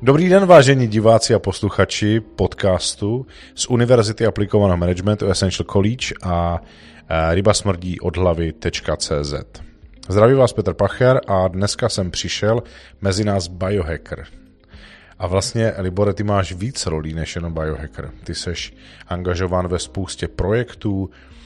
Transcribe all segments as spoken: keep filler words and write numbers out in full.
Dobrý den, vážení diváci a posluchači podcastu z Univerzity aplikovaného managementu Essential College a ryba smrdí od hlavy tečka cé zet. Zdraví vás Petr Pacher a dneska jsem přišel mezi nás biohacker. A vlastně, Libore, ty máš víc rolí než jenom biohacker. Ty seš angažován ve spoustě projektů,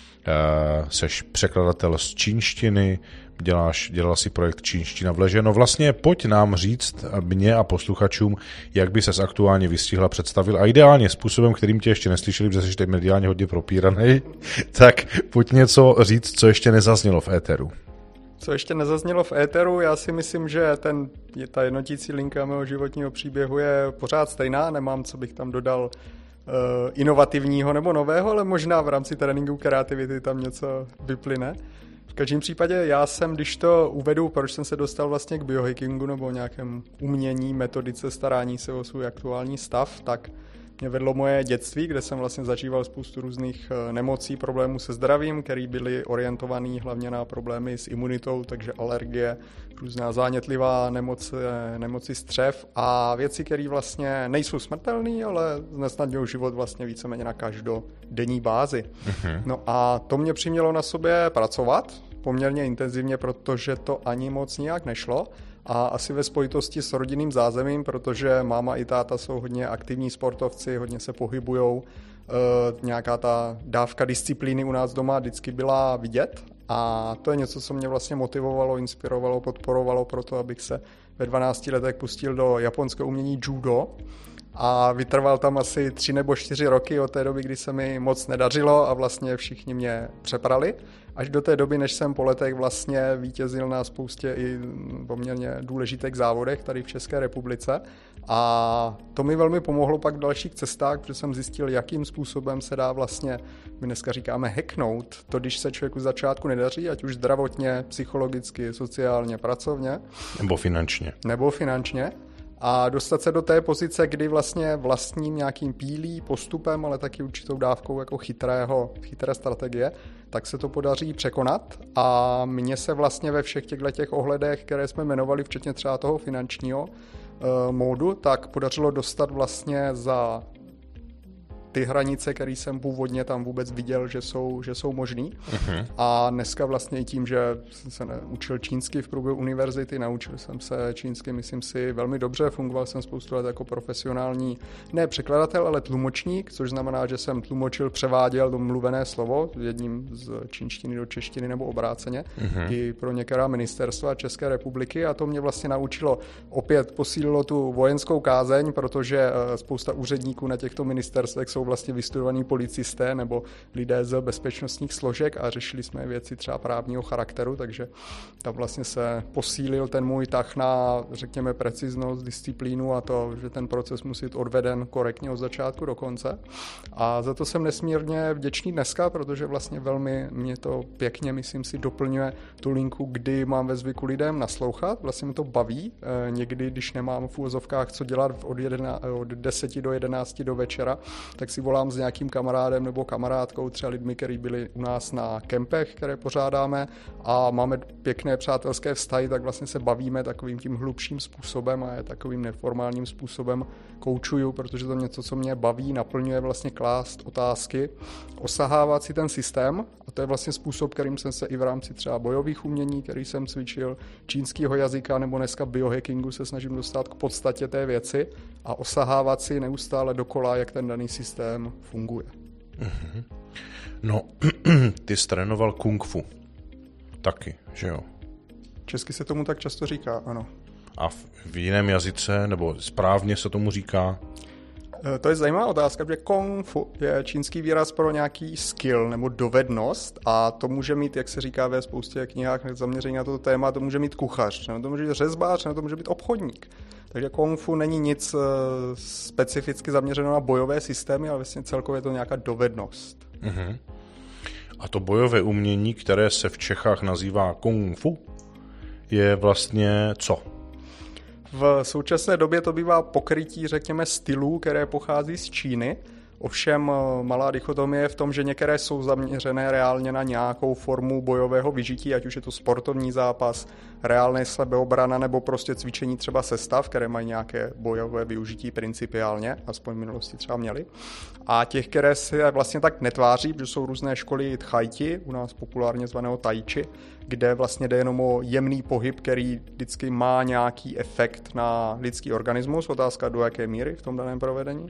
seš překladatel z čínštiny, děláš, dělal si projekt Čínština v leže. No vlastně pojď nám říct mně a posluchačům, jak by ses aktuálně vystihla, představil a ideálně způsobem, kterým tě ještě neslyšeli, protože jsi teď mediálně hodně propíranej, tak pojď něco říct, co ještě nezaznělo v éteru. Co ještě nezaznělo v éteru, já si myslím, že ten, ta jednotící linka mého životního příběhu je pořád stejná, nemám, co bych tam dodal uh, inovativního nebo nového, ale možná v rámci tréninku kreativity tam něco vyplyne. V každém případě já jsem, když to uvedu, proč jsem se dostal vlastně k biohackingu nebo nějakém umění, metodice starání se o svůj aktuální stav, tak mě vedlo moje dětství, kde jsem vlastně zažíval spoustu různých nemocí, problémů se zdravím, které byly orientované hlavně na problémy s imunitou, takže alergie, různá zánětlivá nemoci, nemoci střev a věci, které vlastně nejsou smrtelné, ale znesnadňují život vlastně víceméně na každodenní bázi. Uh-huh. No a to mě přimělo na sobě pracovat poměrně intenzivně, protože to ani moc nijak nešlo. A asi ve spojitosti s rodinným zázemím, protože máma i táta jsou hodně aktivní sportovci, hodně se pohybujou. E, nějaká ta dávka disciplíny u nás doma vždycky byla vidět a to je něco, co mě vlastně motivovalo, inspirovalo, podporovalo pro to, abych se ve dvanácti letech pustil do japonského umění judo a vytrval tam asi tři nebo čtyři roky od té doby, kdy se mi moc nedařilo a vlastně všichni mě přeprali. Až do té doby, než jsem po letech vlastně vítězil na spoustě i poměrně důležitých závodech tady v České republice. A to mi velmi pomohlo pak v dalších cestách, protože jsem zjistil, jakým způsobem se dá vlastně, my dneska říkáme hacknout, to, když se člověku z začátku nedaří, ať už zdravotně, psychologicky, sociálně, pracovně. Nebo finančně. Nebo finančně. A dostat se do té pozice, kdy vlastně vlastním nějakým pílí, postupem, ale taky určitou dávkou jako chytrého, chytré strategie, tak se to podaří překonat a mně se vlastně ve všech těchto těch ohledech, které jsme jmenovali, včetně třeba toho finančního e, módu, tak podařilo dostat vlastně za ty hranice, které jsem původně tam vůbec viděl, že jsou, že jsou možný. Uh-huh. A dneska vlastně i tím, že jsem se učil čínsky v průběhu univerzity, naučil jsem se čínsky, myslím si, velmi dobře. Fungoval jsem spoustu let jako profesionální, ne překladatel, ale tlumočník, což znamená, že jsem tlumočil, převáděl do mluvené slovo jedním z čínštiny do češtiny nebo obráceně uh-huh. i pro některá ministerstva České republiky a to mě vlastně naučilo, opět posílilo tu vojenskou kázeň, protože spousta úředníků na těchto ministerstvech jsou vlastně vystudovaní policisté nebo lidé z bezpečnostních složek a řešili jsme věci třeba právního charakteru, takže tam vlastně se posílil ten můj tah na, řekněme, preciznost, disciplínu a to, že ten proces musí být odveden korektně od začátku do konce. A za to jsem nesmírně vděčný dneska, protože vlastně velmi mě to pěkně, myslím si, doplňuje tu linku, kdy mám ve zvyku lidem naslouchat, vlastně mě to baví. E, někdy, když nemám v úvozovkách co dělat od, jedna, od deseti do jedenácti do večera, tak si volám s nějakým kamarádem nebo kamarádkou, třeba lidmi, kteří byli u nás na kempech, které pořádáme a máme pěkné přátelské vztahy, tak vlastně se bavíme takovým tím hlubším způsobem a je takovým neformálním způsobem koučuju, protože to je něco, co mě baví, naplňuje vlastně klást otázky, osahávat si ten systém a to je vlastně způsob, kterým jsem se i v rámci třeba bojových umění, který jsem cvičil, čínského jazyka nebo dneska biohackingu se snažím dostat k podstatě té věci a osahávat si neustále dokola, jak ten daný systém funguje. Mm-hmm. No, ty jsi trénoval kung fu. Taky, že jo? Česky se tomu tak často říká, ano. A v, v jiném jazyce, nebo správně se tomu říká? To je zajímavá otázka, protože kung fu je čínský výraz pro nějaký skill nebo dovednost a to může mít, jak se říká ve spoustě knihách zaměření na toto téma, to může mít kuchař, nebo to může být řezbář, nebo to může být obchodník. Takže kung fu není nic specificky zaměřeno na bojové systémy, ale vlastně celkově je to nějaká dovednost. Uh-huh. A to bojové umění, které se v Čechách nazývá kung fu, je vlastně co? V současné době to bývá pokrytí, řekněme, stylů, které pochází z Číny Ovšem malá dichotomie je v tom, že některé jsou zaměřené reálně na nějakou formu bojového vyžití, ať už je to sportovní zápas, reálné sebeobrana nebo prostě cvičení třeba sestav, které mají nějaké bojové využití principiálně, aspoň v minulosti třeba měli. A těch, které se vlastně tak netváří, protože jsou různé školy tchajti, u nás populárně zvaného tai chi, kde vlastně jde jenom o jemný pohyb, který vždycky má nějaký efekt na lidský organismus, otázka do jaké míry v tom daném provedení.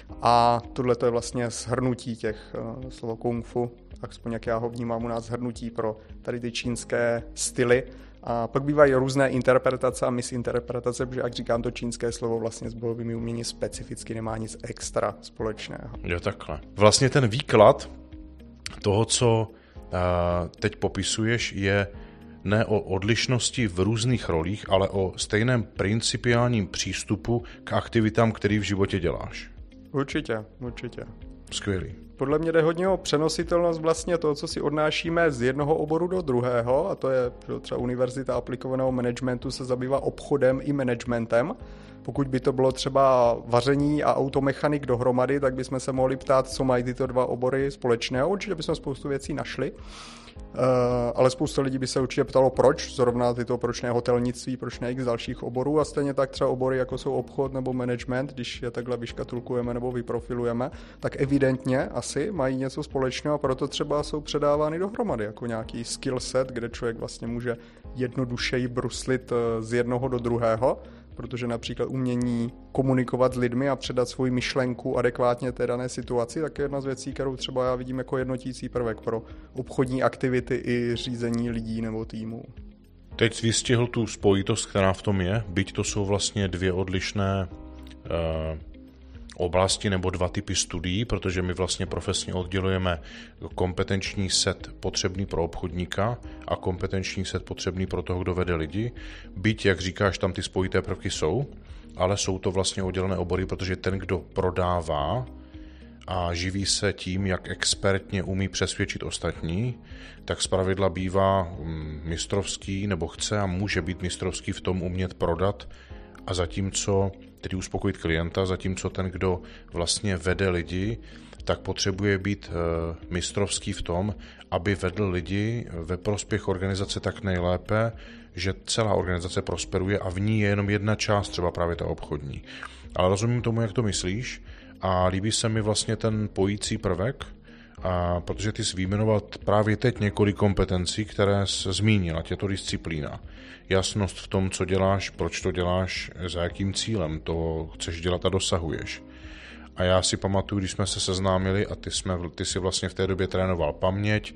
A tohle to je vlastně shrnutí těch uh, slova kung fu, aspoň jak já ho vnímám u nás, shrnutí pro tady ty čínské styly. A pak bývají různé interpretace a misinterpretace, protože jak říkám, to čínské slovo vlastně s bojovými umění specificky nemá nic extra společného. Jo, takhle. Vlastně ten výklad toho, co uh, teď popisuješ, je ne o odlišnosti v různých rolích, ale o stejném principiálním přístupu k aktivitám, který v životě děláš. Určitě, určitě. Skvělý. Podle mě jde hodně o přenositelnost vlastně toho, co si odnášíme z jednoho oboru do druhého, a to je třeba Univerzita aplikovaného managementu se zabývá obchodem i managementem. Pokud by to bylo třeba vaření a automechanik dohromady, tak bychom se mohli ptát, co mají tyto dva obory společného. Určitě bychom spoustu věcí našli, uh, ale spousta lidí by se určitě ptalo, proč zrovna tyto, proč ne hotelnictví, proč ne x dalších oborů, a stejně tak třeba obory, jako jsou obchod nebo management, když je takhle vyškatulkujeme nebo vyprofilujeme, tak evidentně asi mají něco společného a proto třeba jsou předávány dohromady jako nějaký skill set, kde člověk vlastně může jednodušeji bruslit z jednoho do druhého, protože například umění komunikovat s lidmi a předat svoji myšlenku adekvátně té dané situaci, tak je jedna z věcí, kterou třeba já vidím jako jednotící prvek pro obchodní aktivity i řízení lidí nebo týmů. Teď jsi vystihl tu spojitost, která v tom je, byť to jsou vlastně dvě odlišné uh, oblasti nebo dva typy studií, protože my vlastně profesně oddělujeme kompetenční set potřebný pro obchodníka a kompetenční set potřebný pro toho, kdo vede lidi. Byť, jak říkáš, tam ty spojité prvky jsou, ale jsou to vlastně oddělené obory, protože ten, kdo prodává a živí se tím, jak expertně umí přesvědčit ostatní, tak zpravidla bývá mistrovský nebo chce a může být mistrovský v tom umět prodat, a zatímco, tedy uspokojit klienta, zatímco ten, kdo vlastně vede lidi, tak potřebuje být mistrovský v tom, aby vedl lidi ve prospěch organizace tak nejlépe, že celá organizace prosperuje a v ní je jenom jedna část, třeba právě ta obchodní. Ale rozumím tomu, jak to myslíš, a líbí se mi vlastně ten pojící prvek, a protože ty jsi vyjmenoval právě teď několik kompetencí, které jsi zmínil, ať je to disciplína. Jasnost v tom, co děláš, proč to děláš, za jakým cílem to chceš dělat a dosahuješ. A já si pamatuju, když jsme se seznámili a ty, jsme, ty si vlastně v té době trénoval paměť,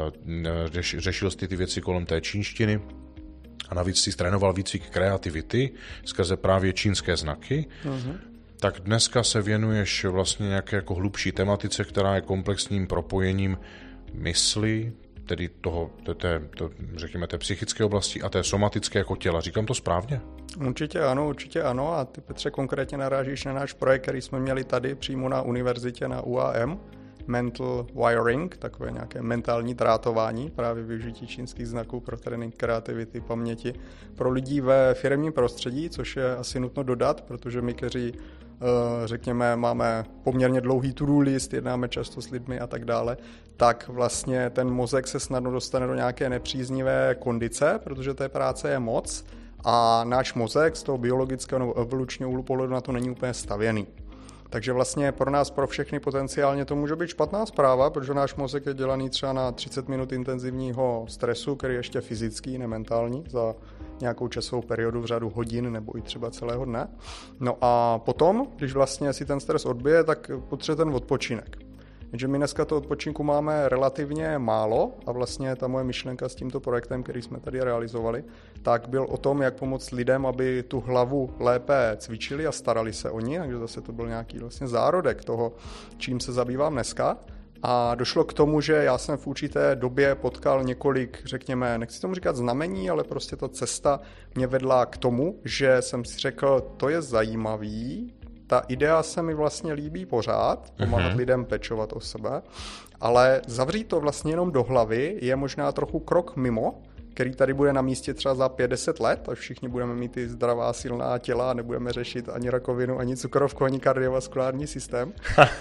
řeš, řešil jsi ty věci kolem té čínštiny a navíc si trénoval výcvik kreativity skrze právě čínské znaky. Uh-huh. Tak dneska se věnuješ vlastně nějaké jako hlubší tematice, která je komplexním propojením mysli, tedy toho, to, to, to, řekněme, té psychické oblasti a té somatické jako těla. Říkám to správně? Určitě ano, určitě ano. A ty, Petře, konkrétně narážíš na náš projekt, který jsme měli tady přímo na univerzitě na U A M. Mental wiring, takové nějaké mentální drátování, právě využití čínských znaků pro trénink kreativity, paměti pro lidi ve firemním prostředí, což je asi nutno dodat, protože my, kteří řekněme, máme poměrně dlouhý to-do list, jednáme často s lidmi a tak dále, tak vlastně ten mozek se snadno dostane do nějaké nepříznivé kondice, protože té práce je moc a náš mozek z toho biologického nebo evolučního úhlu pohledu na to není úplně stavěný. Takže vlastně pro nás, pro všechny potenciálně to může být špatná zpráva, protože náš mozek je dělaný třeba na třicet minut intenzivního stresu, který je ještě fyzický, ne mentální, za nějakou časovou periodu v řadu hodin nebo i třeba celého dne. No a potom, když vlastně si ten stres odbije, tak potřebuje ten odpočinek. Takže my dneska to odpočinku máme relativně málo a vlastně ta moje myšlenka s tímto projektem, který jsme tady realizovali, tak byl o tom, jak pomoct lidem, aby tu hlavu lépe cvičili a starali se o ní, takže zase to byl nějaký vlastně zárodek toho, čím se zabývám dneska. A došlo k tomu, že já jsem v určité době potkal několik, řekněme, nechci tomu říkat znamení, ale prostě ta cesta mě vedla k tomu, že jsem si řekl, to je zajímavý, ta idea se mi vlastně líbí pořád, pomáhat uh-huh. lidem pečovat o sebe, ale zavřít to vlastně jenom do hlavy je možná trochu krok mimo, který tady bude na místě třeba za pět deset let, až všichni budeme mít ty zdravá, silná těla a nebudeme řešit ani rakovinu, ani cukrovku, ani kardiovaskulární systém.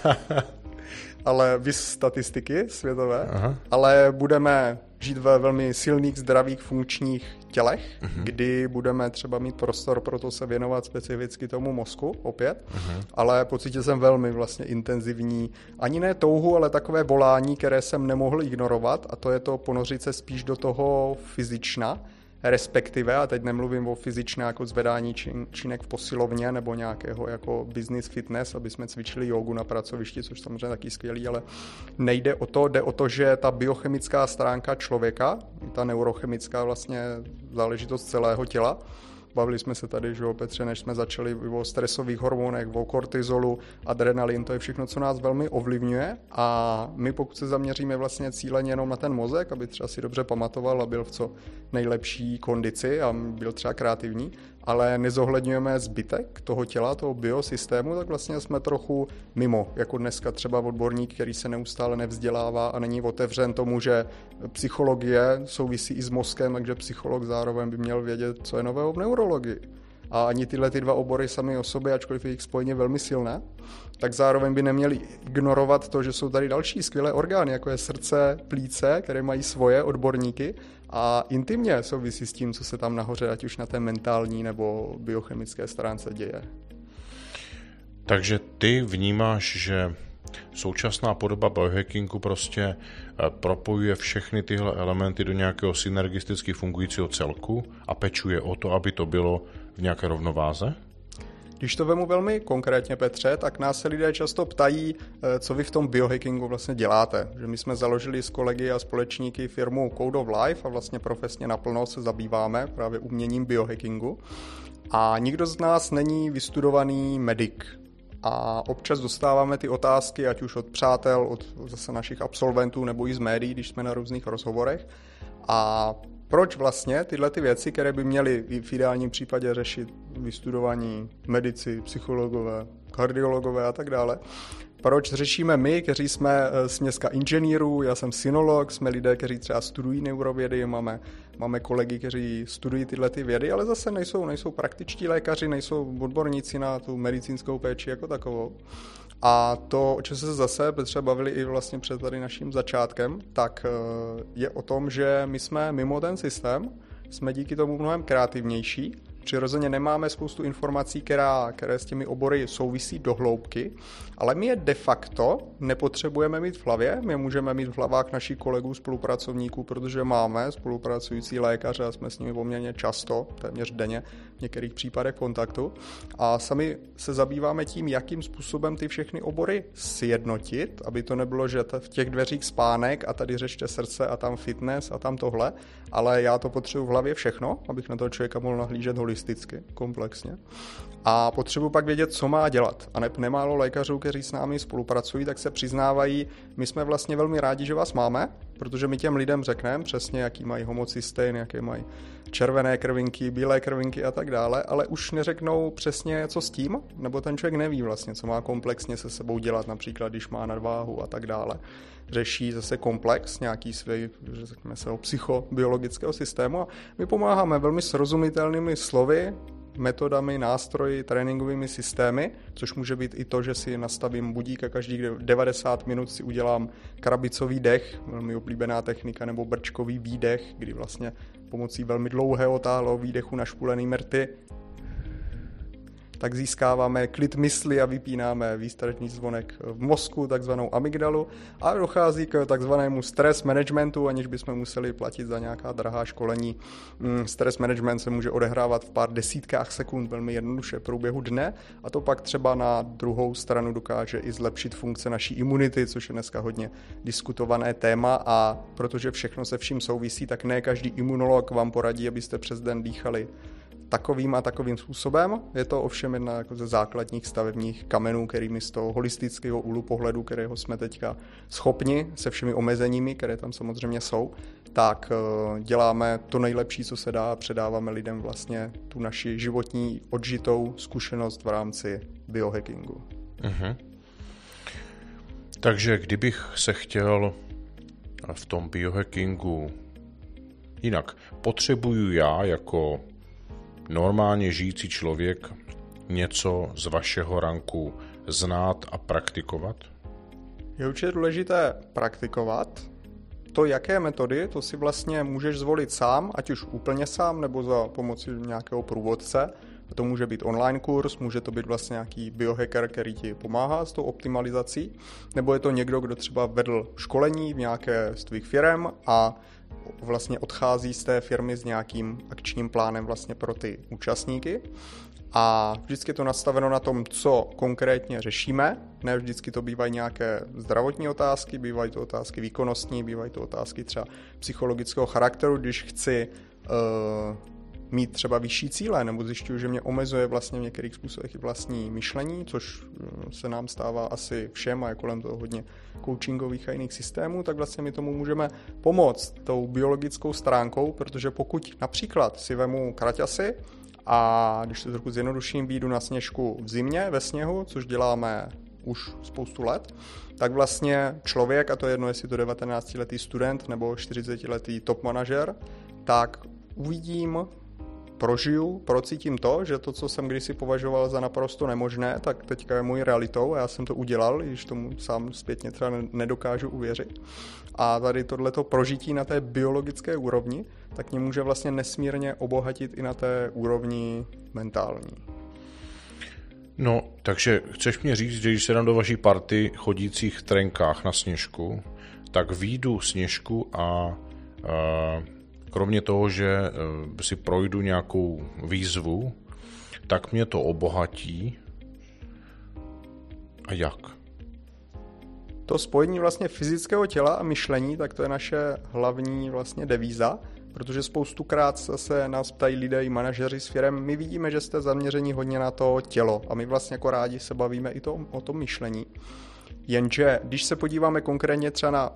Ale vys statistiky světové, Aha. ale budeme žít ve velmi silných, zdravých, funkčních tělech, uh-huh. kdy budeme třeba mít prostor pro to se věnovat specificky tomu mozku opět, uh-huh. ale pocítil jsem velmi vlastně intenzivní, ani ne touhu, ale takové volání, které jsem nemohl ignorovat, a to je to ponořit se spíš do toho fyzična, respektive, a teď nemluvím o fyzičné jako zvedání čin, činek v posilovně nebo nějakého jako business fitness, aby jsme cvičili jogu na pracovišti, což samozřejmě taky skvělý, ale nejde o to, jde o to, že ta biochemická stránka člověka, ta neurochemická vlastně záležitost celého těla, bavili jsme se tady, že jo, Petře, než jsme začali o stresových hormonech, o kortizolu, adrenalin, to je všechno, co nás velmi ovlivňuje, a my pokud se zaměříme vlastně cíleně jenom na ten mozek, aby třeba si dobře pamatoval a byl v co nejlepší kondici a byl třeba kreativní, ale nezohledňujeme zbytek toho těla, toho biosystému, tak vlastně jsme trochu mimo, jako dneska třeba odborník, který se neustále nevzdělává a není otevřen tomu, že psychologie souvisí i s mozkem, takže psycholog zároveň by měl vědět, co je nového v neurologii. A ani tyhle ty dva obory sami o sobě, ačkoliv je jejich spojení velmi silné, tak zároveň by neměli ignorovat to, že jsou tady další skvělé orgány, jako je srdce, plíce, které mají svoje odborníky a intimně souvisí s tím, co se tam nahoře, ať už na té mentální nebo biochemické stránce děje. Takže ty vnímáš, že současná podoba biohackingu prostě propojuje všechny tyhle elementy do nějakého synergisticky fungujícího celku a pečuje o to, aby to bylo v nějaké rovnováze? Když to vemu velmi konkrétně, Petře, tak nás se lidé často ptají, co vy v tom biohackingu vlastně děláte. Že my jsme založili s kolegy a společníky firmu Code of Life a vlastně profesně naplno se zabýváme právě uměním biohackingu. A nikdo z nás není vystudovaný medic. A občas dostáváme ty otázky, ať už od přátel, od zase našich absolventů nebo i z médií, když jsme na různých rozhovorech. A proč vlastně tyhle ty věci, které by měly v ideálním případě řešit vystudovaní medici, psychologové, kardiologové a tak dále, proč řešíme my, kteří jsme směska inženýrů, já jsem synolog, jsme lidé, kteří třeba studují neurovědy, máme, máme kolegy, kteří studují tyhle ty vědy, ale zase nejsou, nejsou praktičtí lékaři, nejsou odborníci na tu medicínskou péči jako takovou. A to, o čem se zase Petře bavili i vlastně před tady naším začátkem, tak je o tom, že my jsme mimo ten systém, jsme díky tomu mnohem kreativnější. Přirozeně nemáme spoustu informací, která, které s těmi obory souvisí do hloubky, ale my je de facto nepotřebujeme mít v hlavě, my můžeme mít v hlavách našich kolegů, spolupracovníků, protože máme spolupracující lékaře a jsme s nimi poměrně často, téměř denně, v některých případech kontaktu. A sami se zabýváme tím, jakým způsobem ty všechny obory sjednotit, aby to nebylo, že v těch dveřích spánek a tady řešte srdce a tam fitness a tam tohle, ale já to potřebuji v hlavě všechno, abych na toho člověka mohl nahlížet holisticky, komplexně. A potřebuji pak vědět, co má dělat. A ne, nemálo lékařů, kteří s námi spolupracují, tak se přiznávají, my jsme vlastně velmi rádi, že vás máme, protože my těm lidem řekneme přesně, jaký mají homocystein, jaké mají červené krvinky, bílé krvinky a tak dále, ale už neřeknou přesně, co s tím, nebo ten člověk neví vlastně, co má komplexně se sebou dělat, například když má nadváhu a tak dále. Řeší zase komplex nějaký svý, řekněme se, psychobiologického systému a my pomáháme velmi srozumitelnými slovy, metodami, nástroji, tréninkovými systémy, což může být i to, že si nastavím budík a každých devadesát minut si udělám krabicový dech, velmi oblíbená technika, nebo brčkový výdech, kdy vlastně pomocí velmi dlouhého táhlého výdechu na špulený mrty tak získáváme klid mysli a vypínáme výstražný zvonek v mozku, takzvanou amygdalu, a dochází k takzvanému stres managementu, aniž bychom museli platit za nějaká drahá školení. Stres management se může odehrávat v pár desítkách sekund velmi jednoduše v průběhu dne, a to pak třeba na druhou stranu dokáže i zlepšit funkce naší imunity, což je dneska hodně diskutované téma, a protože všechno se vším souvisí, tak ne každý imunolog vám poradí, abyste přes den dýchali takovým a takovým způsobem. Je to ovšem jedna jako ze základních stavebních kamenů, kterými z toho holistického úhlu pohledu, kterého jsme teďka schopni, se všemi omezeními, které tam samozřejmě jsou, tak děláme to nejlepší, co se dá, a předáváme lidem vlastně tu naši životní odžitou zkušenost v rámci biohackingu. Uh-huh. Takže kdybych se chtěl v tom biohackingu Jinak, potřebuju já jako normálně žijící člověk něco z vašeho ranku znát a praktikovat? Je určitě důležité praktikovat. To, jaké metody, to si vlastně můžeš zvolit sám, ať už úplně sám, nebo za pomoci nějakého průvodce. To může být online kurz, může to být vlastně nějaký biohacker, který ti pomáhá s tou optimalizací, nebo je to někdo, kdo třeba vedl školení v nějaké z tvých firem a vlastně odchází z té firmy s nějakým akčním plánem vlastně pro ty účastníky. A vždycky je to nastaveno na tom, co konkrétně řešíme. Ne vždycky to bývají nějaké zdravotní otázky, bývají to otázky výkonnostní, bývají to otázky třeba psychologického charakteru, když chci uh, mít třeba vyšší cíle, nebo zjišťuju, že mě omezuje vlastně v některých způsobech i vlastní myšlení, což se nám stává asi všem a je kolem toho hodně coachingových a jiných systémů, tak vlastně my tomu můžeme pomoct tou biologickou stránkou, protože pokud například si vemu kraťasy a když to trochu zjednoduším, výjdu na sněžku v zimě, ve sněhu, což děláme už spoustu let, tak vlastně člověk, a to je jedno, jestli to devatenáctiletý student nebo čtyřicetiletý top manažer, tak uvidím, prožiju, procítím to, že to, co jsem kdysi považoval za naprosto nemožné, tak teďka je mojí realitou a já jsem to udělal, když tomu sám zpětně třeba nedokážu uvěřit. A tady tohleto prožití na té biologické úrovni, tak mě může vlastně nesmírně obohatit i na té úrovni mentální. No, takže chceš mě říct, že když se dám do vaší party chodících v trenkách na sněžku, tak výjdu sněžku a... a kromě toho, že si projdu nějakou výzvu, tak mě to obohatí. A jak? To spojení vlastně fyzického těla a myšlení, tak to je naše hlavní vlastně devíza, protože spoustukrát se nás ptají lidé i manažeři s firem, my vidíme, že jste zaměření hodně na to tělo a my vlastně jako rádi se bavíme i to, o tom myšlení. Jenže když se podíváme konkrétně třeba na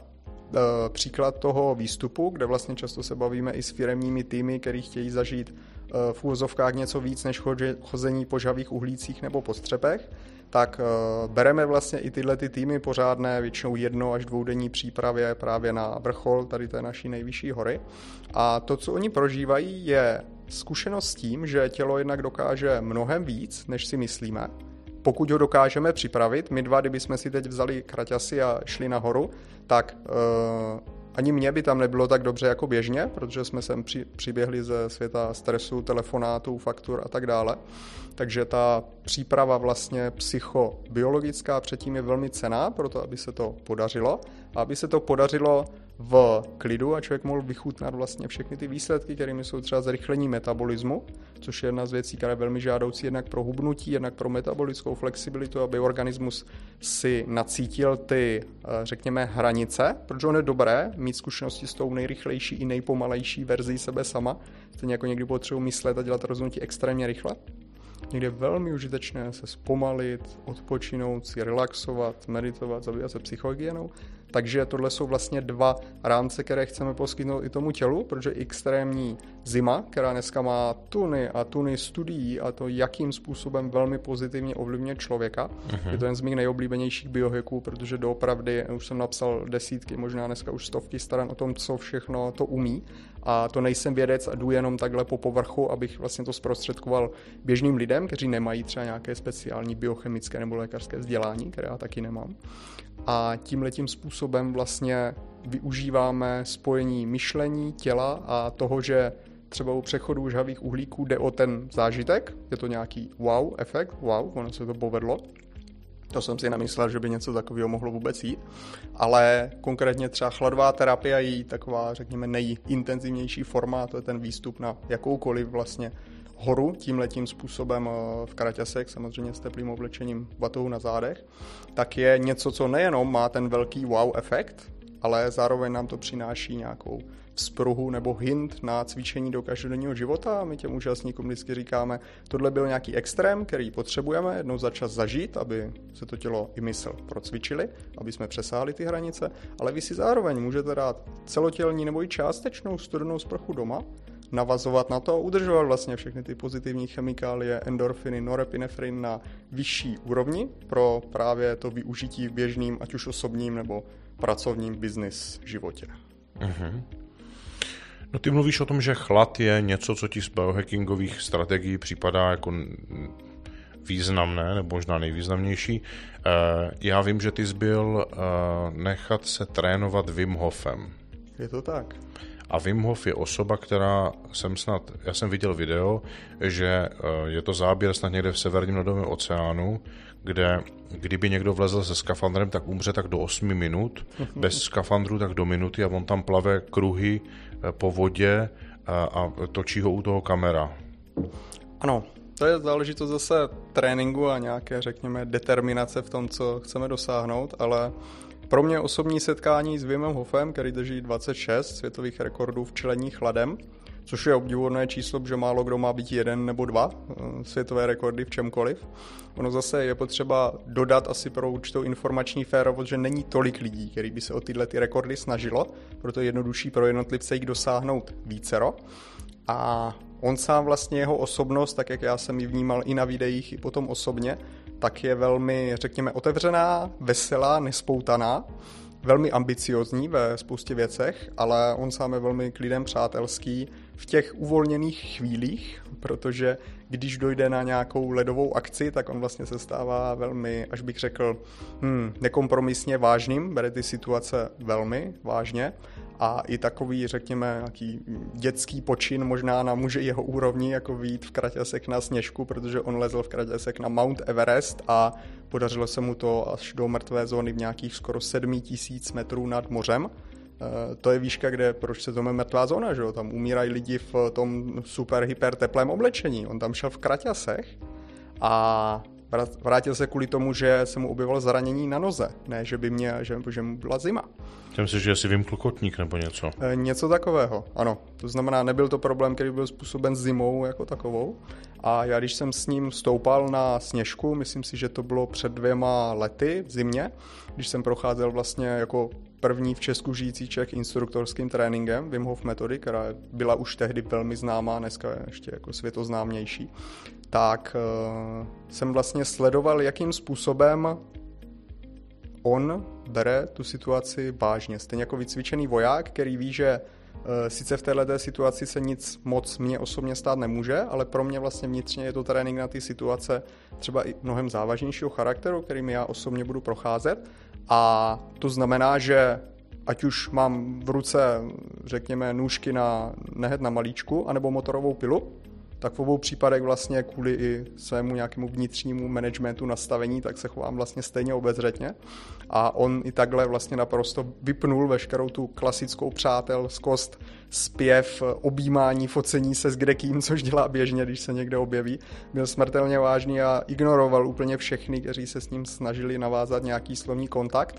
příklad toho výstupu, kde vlastně často se bavíme i s firemními týmy, který chtějí zažít v úvozovkách něco víc než chození po žhavých uhlících nebo po střepech, tak bereme vlastně i tyhle ty týmy pořádné, většinou jedno až dvoudenní přípravě právě na vrchol tady té naší nejvyšší hory. A to, co oni prožívají, je zkušenost s tím, že tělo jednak dokáže mnohem víc, než si myslíme. Pokud ho dokážeme připravit, my dva, kdybychom si teď vzali kraťasy a šli nahoru, tak uh, ani mě by tam nebylo tak dobře jako běžně, protože jsme sem při, přiběhli ze světa stresu, telefonátů, faktur a tak dále. Takže ta příprava vlastně psychobiologická předtím je velmi cenná, proto aby se to podařilo. A aby se to podařilo v klidu a člověk mohl vychutnat vlastně všechny ty výsledky, kterými jsou třeba zrychlení metabolismu, což je jedna z věcí, která je velmi žádoucí jednak pro hubnutí, jednak pro metabolickou flexibilitu, aby organismus si nacítil ty, řekněme, hranice, protože ono je dobré mít zkušenosti s tou nejrychlejší i nejpomalejší verzí sebe sama, stejně jako někdy potřebuji myslet a dělat rozhodnutí extrémně rychle. Někdy je velmi užitečné se zpomalit, odpočinout si, relaxovat, meditovat, zabývat se psychohygienou. Takže tohle jsou vlastně dva rámce, které chceme poskytnout i tomu tělu, protože extrémní zima, která dneska má tuny a tuny studií a to, jakým způsobem velmi pozitivně ovlivňuje člověka. Uh-huh. Je to jen z mých nejoblíbenějších biohacků, protože doopravdy už jsem napsal desítky, možná dneska už stovky stran o tom, co všechno to umí. A to nejsem vědec a jdu jenom takhle po povrchu, abych vlastně to zprostředkoval běžným lidem, kteří nemají třeba nějaké speciální biochemické nebo lékařské vzdělání, které já taky nemám. A tímhletím způsobem vlastně využíváme spojení myšlení, těla a toho, že třeba u přechodu žhavých uhlíků jde o ten zážitek, je to nějaký wow efekt, wow, ono se to povedlo. To jsem si nemyslel, že by něco takového mohlo vůbec jít, ale konkrétně třeba chladová terapie je taková, řekněme, nejintenzivnější forma, to je ten výstup na jakoukoliv vlastně horu tímhletím způsobem v kraťasech, samozřejmě s teplým oblečením batohu na zádech, tak je něco, co nejenom má ten velký wow efekt, ale zároveň nám to přináší nějakou vzpruhu nebo hint na cvičení do každodenního života a my těm účastníkům vždycky říkáme, tohle byl nějaký extrém, který potřebujeme jednou za čas zažít, aby se to tělo i mysl procvičili, aby jsme přesáhli ty hranice, ale vy si zároveň můžete dát celotělní nebo i částečnou studenou sprchu doma, navazovat na to a udržovat vlastně všechny ty pozitivní chemikálie, endorfiny, norepinefrin na vyšší úrovni pro právě to využití v běžným, ať už osobním nebo pracovním business životě. Uh-huh. No ty mluvíš o tom, že chlad je něco, co ti z biohackingových strategií připadá jako významné, nebo možná nejvýznamnější. Já vím, že ty jsi byl nechat se trénovat Wim Hofem. Je to tak. A Wim Hof je osoba, která jsem snad, já jsem viděl video, že je to záběr snad někde v severním ledovém oceánu, kde kdyby někdo vlezl se skafandrem, tak umře tak do osmi minut, bez skafandru tak do minuty a on tam plave kruhy po vodě a, a točí ho u toho kamera. Ano, to je záležitost zase tréninku a nějaké, řekněme, determinace v tom, co chceme dosáhnout, ale pro mě osobní setkání s Wimem Hofem, který drží dvacet šest světových rekordů v čelení chladem, což je obdivuhodné číslo, že málo kdo má být jeden nebo dva světové rekordy v čemkoliv. Ono zase je potřeba dodat asi pro určitou informační férovost, že není tolik lidí, který by se o tyhle ty rekordy snažilo, proto je jednodušší pro jednotlivce jich dosáhnout vícero. A on sám vlastně, jeho osobnost, tak jak já jsem ji vnímal i na videích, i potom osobně, tak je velmi, řekněme, otevřená, veselá, nespoutaná, velmi ambiciozní ve spoustě věcech, ale on sám je velmi k lidem přátelský v těch uvolněných chvílích, protože když dojde na nějakou ledovou akci, tak on vlastně se stává velmi, až bych řekl, hmm, nekompromisně vážným, bere ty situace velmi vážně a i takový, řekněme, nějaký dětský počin možná na muže jeho úrovni, jako vyjít v kraťasek na Sněžku, protože on lezl v kraťasek na Mount Everest a podařilo se mu to až do mrtvé zóny v nějakých skoro sedm tisíc metrů nad mořem. E, to je výška, kde, proč se to jmenuje mrtvá zóna, že jo? Tam umírají lidi v tom super hyper teplém oblečení. On tam šel v kraťasech a vrátil se kvůli tomu, že se mu objevilo zranění na noze, ne, že by mě, že, že mu byla zima. Myslím si, že jsi vymkl kotník nebo něco. E, něco takového, ano. To znamená, nebyl to problém, který byl způsoben zimou jako takovou. A já, když jsem s ním stoupal na Sněžku, myslím si, že to bylo před dvěma lety v zimě, když jsem procházel vlastně jako první v Česku žijící Čech instruktorským tréninkem Wim Hof metody, která byla už tehdy velmi známá, dneska je ještě jako světoznámější, tak uh, jsem vlastně sledoval, jakým způsobem on bere tu situaci vážně. Stejně jako vycvičený voják, který ví, že uh, sice v této situaci se nic moc mě osobně stát nemůže, ale pro mě vlastně vnitřně je to trénink na ty situace třeba i mnohem závažnějšího charakteru, kterými já osobně budu procházet. A to znamená, že ať už mám v ruce, řekněme, nůžky na nehet na malíčku, anebo motorovou pilu, tak v obou případech vlastně kvůli i svému nějakému vnitřnímu managementu nastavení, tak se chovám vlastně stejně obezřetně. A on i takhle vlastně naprosto vypnul veškerou tu klasickou přátelskost, zpěv, objímání, focení se s kdekým, což dělá běžně, když se někde objeví. Byl smrtelně vážný a ignoroval úplně všechny, kteří se s ním snažili navázat nějaký slovní kontakt.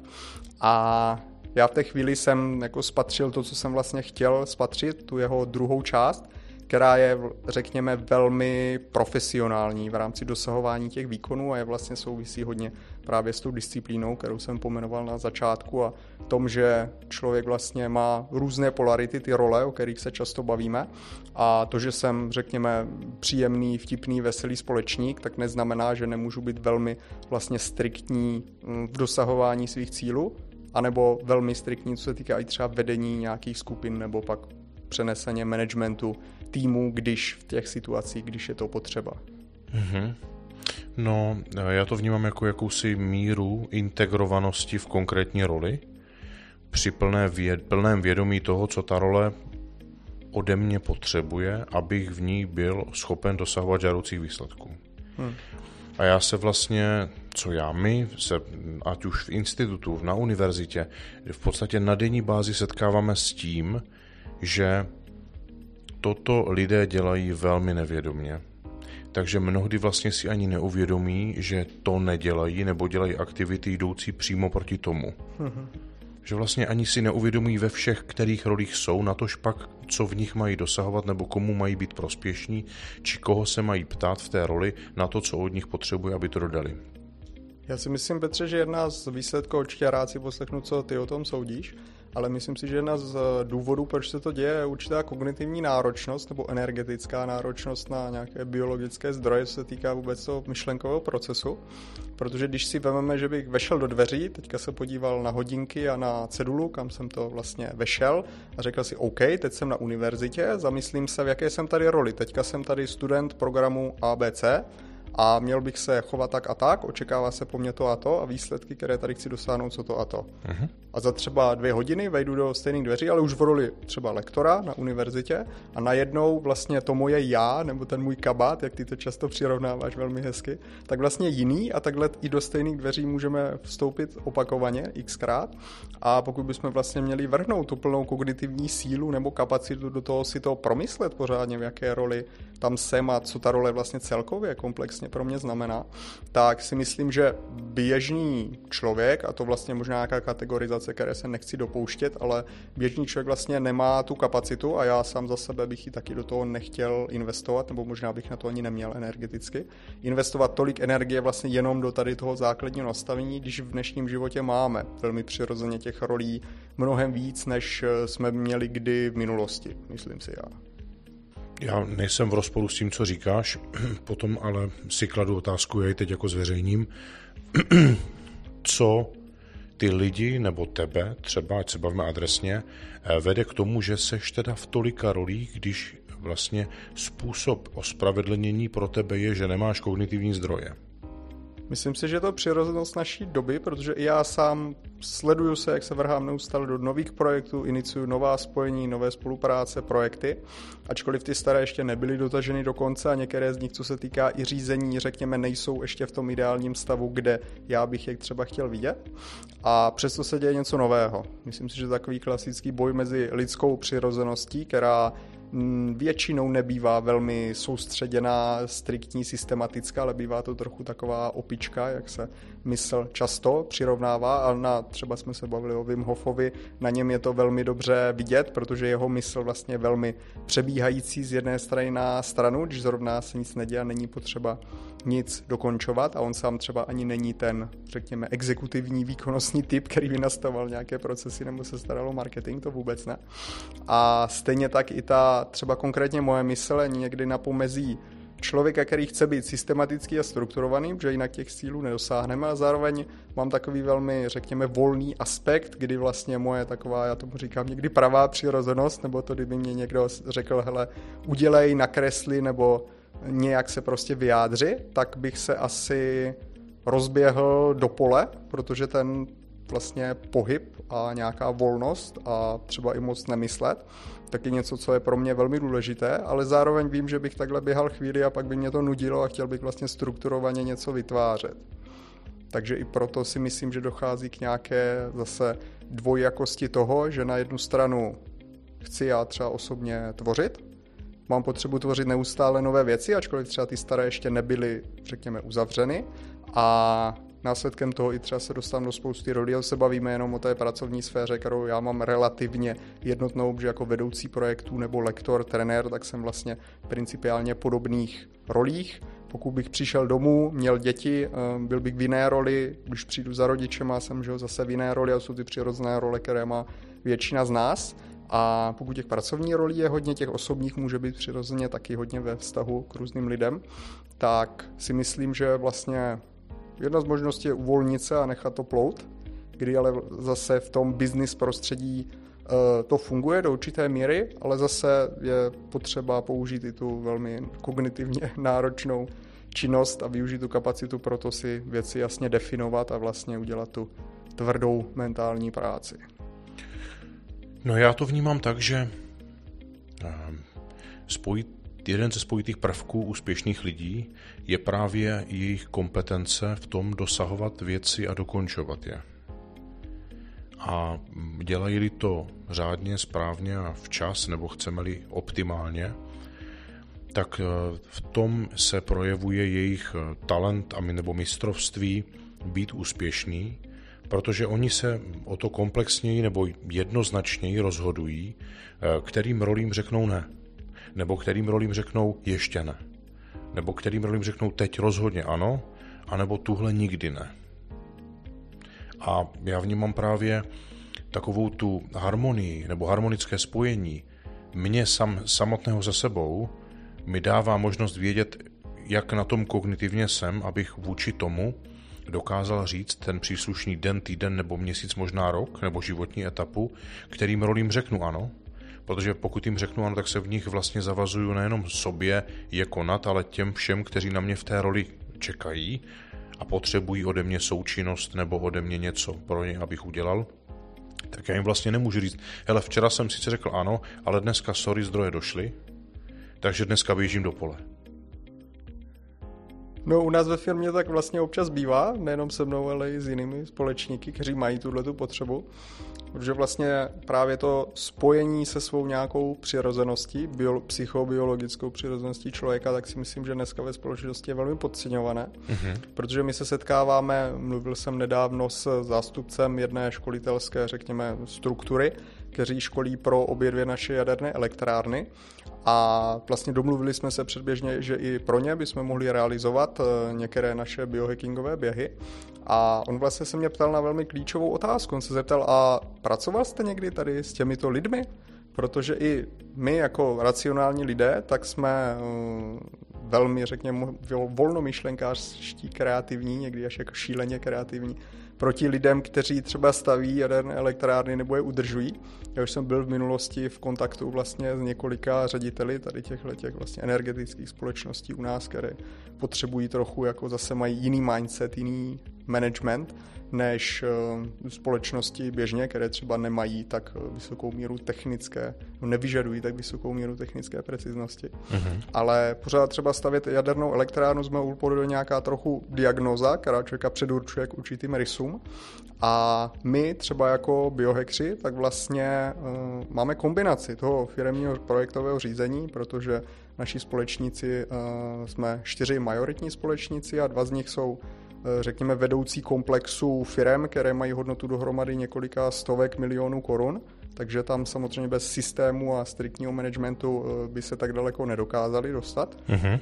A já v té chvíli jsem jako spatřil to, co jsem vlastně chtěl spatřit, tu jeho druhou část, která je, řekněme, velmi profesionální v rámci dosahování těch výkonů a je vlastně souvisí hodně právě s tou disciplínou, kterou jsem pomenoval na začátku a tom, že člověk vlastně má různé polarity, ty role, o kterých se často bavíme a to, že jsem, řekněme, příjemný, vtipný, veselý společník, tak neznamená, že nemůžu být velmi vlastně striktní v dosahování svých cílů, anebo velmi striktní, co se týká i třeba vedení nějakých skupin nebo pak přeneseně managementu týmu, když v těch situacích, když je to potřeba. Mm-hmm. No, já to vnímám jako jakousi míru integrovanosti v konkrétní roli, při plné věd, plném vědomí toho, co ta role ode mě potřebuje, abych v ní byl schopen dosahovat žádoucích výsledků. Hmm. A já se vlastně, co já my, se, ať už v institutu, na univerzitě, v podstatě na denní bázi setkáváme s tím, že toto lidé dělají velmi nevědomně. Takže mnohdy vlastně si ani neuvědomí, že to nedělají nebo dělají aktivity jdoucí přímo proti tomu. Mm-hmm. Že vlastně ani si neuvědomují ve všech, kterých rolích jsou, natož pak, co v nich mají dosahovat nebo komu mají být prospěšní, či koho se mají ptát v té roli na to, co od nich potřebuje, aby to dodali. Já si myslím, Petře, že jedna z výsledků, určitě rád si poslechnu, co ty o tom soudíš, ale myslím si, že jedna z důvodů, proč se to děje, je určitá kognitivní náročnost nebo energetická náročnost na nějaké biologické zdroje, co se týká vůbec toho myšlenkového procesu. Protože když si vezmeme, že bych vešel do dveří, teďka se podíval na hodinky a na cedulu, kam jsem to vlastně vešel a řekl si OK, teď jsem na univerzitě, zamyslím se, v jaké jsem tady roli. Teďka jsem tady student programu A B C a měl bych se chovat tak a tak, očekává se po mně to a to a výsledky, které tady chci dosáhnout, co to a to. Uh-huh. A za třeba dvě hodiny vejdu do stejných dveří, ale už v roli třeba lektora na univerzitě a najednou vlastně to moje já, nebo ten můj kabát, jak ty to často přirovnáváš velmi hezky, tak vlastně jiný a takhle i do stejných dveří můžeme vstoupit opakovaně xkrát a pokud bychom vlastně měli vrhnout tu plnou kognitivní sílu nebo kapacitu do toho si to promyslet pořádně, v jaké roli tam jsem a co ta role vlastně celkově komplexně pro mě znamená, tak si myslím, že běžný člověk, a to vlastně možná nějaká kategorizace, které se nechci dopouštět, ale běžný člověk vlastně nemá tu kapacitu a já sám za sebe bych ji taky do toho nechtěl investovat, nebo možná bych na to ani neměl energeticky. Investovat tolik energie vlastně jenom do tady toho základního nastavení, když v dnešním životě máme velmi přirozeně těch rolí mnohem víc, než jsme měli kdy v minulosti, myslím si já. Já nejsem v rozporu s tím, co říkáš, potom ale si kladu otázku, já ji teď jako zveřejním, co ty lidi nebo tebe, třeba, ať se bavíme adresně, vede k tomu, že seš teda v tolika rolích, když vlastně způsob ospravedlnění pro tebe je, že nemáš kognitivní zdroje. Myslím si, že to je přirozenost naší doby, protože i já sám sleduju se, jak se vrhám neustále do nových projektů, iniciuju nová spojení, nové spolupráce, projekty, ačkoliv ty staré ještě nebyly dotaženy do konce a některé z nich, co se týká i řízení, řekněme, nejsou ještě v tom ideálním stavu, kde já bych je třeba chtěl vidět. A přesto se děje něco nového. Myslím si, že takový klasický boj mezi lidskou přirozeností, která většinou nebývá velmi soustředěná, striktní, systematická, ale bývá to trochu taková opička, jak se mysl často přirovnává a na, třeba jsme se bavili o Wim Hofovi, na něm je to velmi dobře vidět, protože jeho mysl vlastně je velmi přebíhající z jedné strany na stranu, když zrovna se nic neděje a není potřeba nic dokončovat a on sám třeba ani není ten, řekněme, exekutivní výkonnostní typ, který by nastavoval nějaké procesy nebo se staral o marketing, to vůbec ne. A stejně tak i ta třeba konkrétně moje mysl někdy na pomezí člověka, který chce být systematický a strukturovaný, protože jinak těch cílů nedosáhneme a zároveň mám takový velmi, řekněme, volný aspekt, kdy vlastně moje taková, já tomu říkám někdy pravá přirozenost, nebo to, kdyby mě někdo řekl, hele, udělej, nakresli, nebo nějak se prostě vyjádři, tak bych se asi rozběhl do pole, protože ten vlastně pohyb a nějaká volnost a třeba i moc nemyslet, tak je něco, co je pro mě velmi důležité, ale zároveň vím, že bych takhle běhal chvíli a pak by mě to nudilo a chtěl bych vlastně strukturovaně něco vytvářet. Takže i proto si myslím, že dochází k nějaké zase dvojjakosti toho, že na jednu stranu chci já třeba osobně tvořit, mám potřebu tvořit neustále nové věci, ačkoliv třeba ty staré ještě nebyly, řekněme, uzavřeny a následkem toho i třeba se dostanu do spousty rolí, ale se bavíme jenom o té pracovní sféře, kterou já mám relativně jednotnou, že jako vedoucí projektů nebo lektor, trenér, tak jsem vlastně principiálně podobných rolích. Pokud bych přišel domů, měl děti, byl bych v jiné roli, když přijdu za rodičema, jsem že zase v jiné roli a jsou ty přirozené role, které má většina z nás. A pokud těch pracovních rolí je hodně, těch osobních může být přirozeně taky hodně ve vztahu k různým lidem, tak si myslím, že vlastně jedna z možností je uvolnit se a nechat to plout, kdy ale zase v tom business prostředí to funguje do určité míry, ale zase je potřeba použít i tu velmi kognitivně náročnou činnost a využít tu kapacitu pro to si věci jasně definovat a vlastně udělat tu tvrdou mentální práci. No já to vnímám tak, že spojit, jeden ze spojitých prvků úspěšných lidí je právě jejich kompetence v tom dosahovat věci a dokončovat je. A dělají-li to řádně, správně a včas, nebo chceme-li optimálně, tak v tom se projevuje jejich talent a nebo mistrovství být úspěšný, protože oni se o to komplexněji nebo jednoznačněji rozhodují, kterým rolím řeknou ne, nebo kterým rolím řeknou ještě ne, nebo kterým rolím řeknou teď rozhodně ano, anebo tuhle nikdy ne. A já vnímám právě takovou tu harmonii nebo harmonické spojení mě sam, samotného se sebou mi dává možnost vědět, jak na tom kognitivně jsem, abych vůči tomu dokázal říct ten příslušný den, týden nebo měsíc, možná rok nebo životní etapu, kterým rolím řeknu ano. Protože pokud jim řeknu ano, tak se v nich vlastně zavazuju nejenom sobě je konat, ale těm všem, kteří na mě v té roli čekají a potřebují ode mě součinnost nebo ode mě něco pro ně, abych udělal, tak já jim vlastně nemůžu říct, hele, včera jsem sice řekl ano, ale dneska sorry, zdroje došly, takže dneska běžím do pole. No u nás ve firmě tak vlastně občas bývá, nejenom se mnou, ale i s jinými společníky, kteří mají tuhletu potřebu, protože vlastně právě to spojení se svou nějakou přirozeností, bio, psychobiologickou přirozeností člověka, tak si myslím, že dneska ve společnosti je velmi podceňované, mm-hmm. protože my se setkáváme, mluvil jsem nedávno s zástupcem jedné školitelské, řekněme, struktury, kteří školí pro obě dvě naše jaderné elektrárny. A vlastně domluvili jsme se předběžně, že i pro ně bychom mohli realizovat některé naše biohackingové běhy. A on vlastně se mě ptal na velmi klíčovou otázku. On se zeptal, a pracoval jste někdy tady s těmito lidmi? Protože i my jako racionální lidé, tak jsme velmi, řekněme, volnomyšlenkářští, kreativní, někdy až jako šíleně kreativní, proti lidem, kteří třeba staví jaderné elektrárny nebo je udržují. Já už jsem byl v minulosti v kontaktu vlastně s několika řediteli tady těchto těch vlastně energetických společností u nás, které potřebují trochu, jako zase mají jiný mindset, jiný management, než společnosti běžně, které třeba nemají tak vysokou míru technické, nevyžadují tak vysokou míru technické preciznosti. Mm-hmm. Ale pořád třeba stavět jadernou elektrárnu jsme upodobili do nějaká trochu diagnóza, která člověka předurčuje k určitým rysům. A my třeba jako biohackři, tak vlastně uh, máme kombinaci toho firemního projektového řízení, protože naši společníci, uh, jsme čtyři majoritní společníci a dva z nich jsou řekněme vedoucí komplexu firem, které mají hodnotu dohromady několika stovek milionů korun, takže tam samozřejmě bez systému a striktního managementu by se tak daleko nedokázali dostat. Mm-hmm.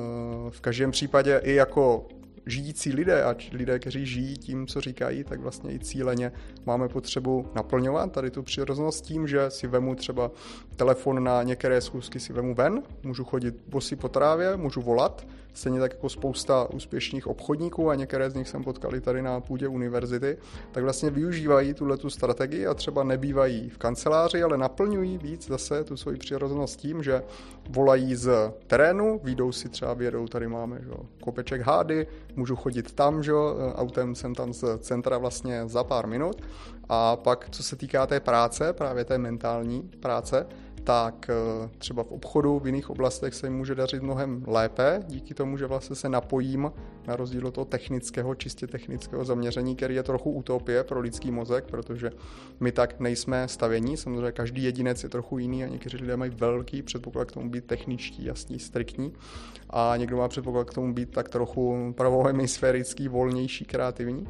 V každém případě i jako žijící lidé a lidé, kteří žijí tím, co říkají, tak vlastně i cíleně máme potřebu naplňovat tady tu přirozenost tím, že si vemu třeba telefon na některé schůzky si vemu ven, můžu chodit bosí po trávě, můžu volat, stejně tak jako spousta úspěšných obchodníků a některé z nich jsem potkali tady na půdě univerzity, tak vlastně využívají tuhletu strategii a třeba nebývají v kanceláři, ale naplňují víc zase tu svoji přirozenost tím, že volají z terénu, výjdou si třeba, vědou, tady máme že, kopeček Hády, můžu chodit tam, že, autem jsem tam z centra vlastně za pár minut. A pak, co se týká té práce, právě té mentální práce, tak třeba v obchodu, v jiných oblastech se jim může dařit mnohem lépe, díky tomu, že vlastně se napojím na rozdíl od toho technického, čistě technického zaměření, který je trochu utopie pro lidský mozek, protože my tak nejsme stavění, samozřejmě každý jedinec je trochu jiný a někteří lidé mají velký předpoklad k tomu být techničtí, jasný, striktní a někdo má předpoklad k tomu být tak trochu pravohemisférický, volnější, kreativní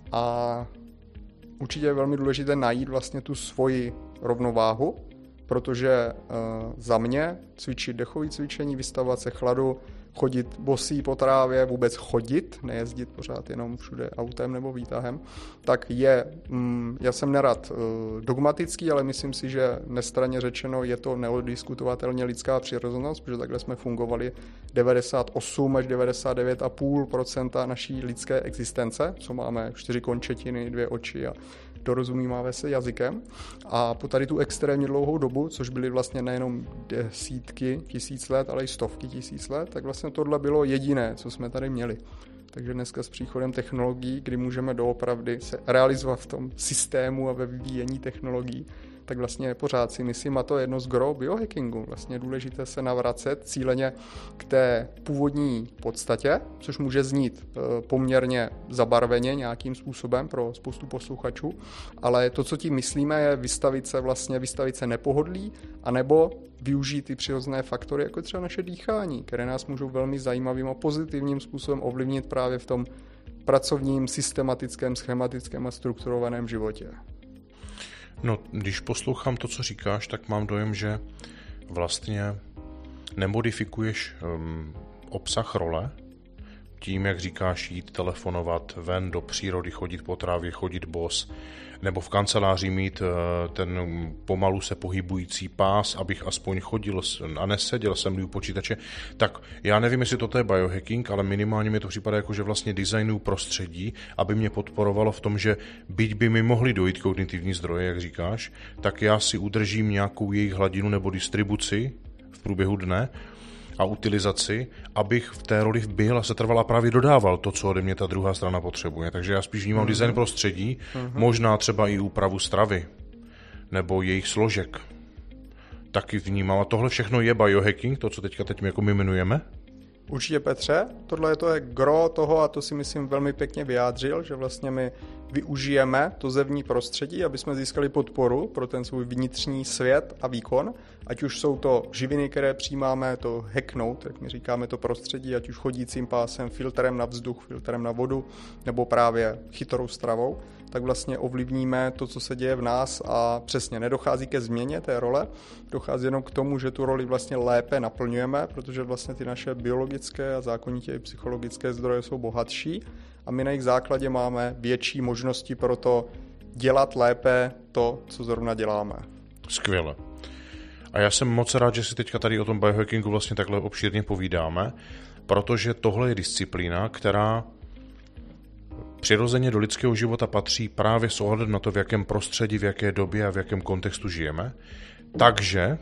a určitě je velmi důležité najít vlastně tu svoji rovnováhu, protože uh, za mě cvičit dechové cvičení, vystavovat se chladu, chodit bosí po trávě, vůbec chodit, nejezdit pořád jenom všude autem nebo výtahem, tak je, mm, já jsem nerad uh, dogmatický, ale myslím si, že nestranně řečeno je to neodiskutovatelně lidská přirozenost, protože takhle jsme fungovali devadesát osm až devadesát devět celá pět procenta naší lidské existence, co máme čtyři končetiny, dvě oči a dorozumíváme se jazykem. A po tady tu extrémně dlouhou dobu, což byly vlastně nejenom desítky tisíc let, ale i stovky tisíc let, tak vlastně tohle bylo jediné, co jsme tady měli. Takže dneska s příchodem technologií, kdy můžeme doopravdy se realizovat v tom systému a ve vyvíjení technologií, tak vlastně pořád si myslím, a to je jedno z gro biohackingu. Vlastně je důležité se navracet cíleně k té původní podstatě, což může znít poměrně zabarveně nějakým způsobem pro spoustu posluchačů, ale to, co tím myslíme, je vystavit se vlastně, vystavit se nepohodlí, anebo využít ty přirozené faktory, jako třeba naše dýchání, které nás můžou velmi zajímavým a pozitivním způsobem ovlivnit právě v tom pracovním, systematickém, schematickém a strukturovaném životě. No, když poslouchám to, co říkáš, tak mám dojem, že vlastně nemodifikuješ um, obsah role, tím, jak říkáš, jít telefonovat ven do přírody, chodit po trávě, chodit bos, nebo v kanceláři mít ten pomalu se pohybující pás, abych aspoň chodil a neseděl jsem u počítače, tak já nevím, jestli toto je biohacking, ale minimálně mi to připadá jako, že vlastně designuju prostředí, aby mě podporovalo v tom, že byť by mi mohly dojít kognitivní zdroje, jak říkáš, tak já si udržím nějakou jejich hladinu nebo distribuci v průběhu dne a utilizaci, abych v té roli byl a se trvala právě dodával to, co ode mě ta druhá strana potřebuje. Takže já spíš vnímám mm-hmm. design prostředí, mm-hmm. možná třeba i úpravu stravy nebo jejich složek. Taky vnímám. A tohle všechno je biohacking, to, co teďka teď jako my jmenujeme? Určitě, Petře. Tohle je to je gro toho a to si myslím velmi pěkně vyjádřil, že vlastně my využijeme to zevní prostředí, aby jsme získali podporu pro ten svůj vnitřní svět a výkon. Ať už jsou to živiny, které přijímáme, to hacknout, jak my říkáme, to prostředí, ať už chodícím pásem, filtrem na vzduch, filtrem na vodu, nebo právě chytrou stravou, tak vlastně ovlivníme to, co se děje v nás a přesně nedochází ke změně té role, dochází jenom k tomu, že tu roli vlastně lépe naplňujeme, protože vlastně ty naše biologické a zákonitě i psychologické zdroje jsou bohatší a my na jejich základě máme větší možnosti pro to dělat lépe to, co zrovna děláme. Skvěle. A já jsem moc rád, že si teďka tady o tom biohackingu vlastně takhle obšírně povídáme, protože tohle je disciplína, která přirozeně do lidského života patří právě s ohledem na to, v jakém prostředí, v jaké době a v jakém kontextu žijeme. Takže e,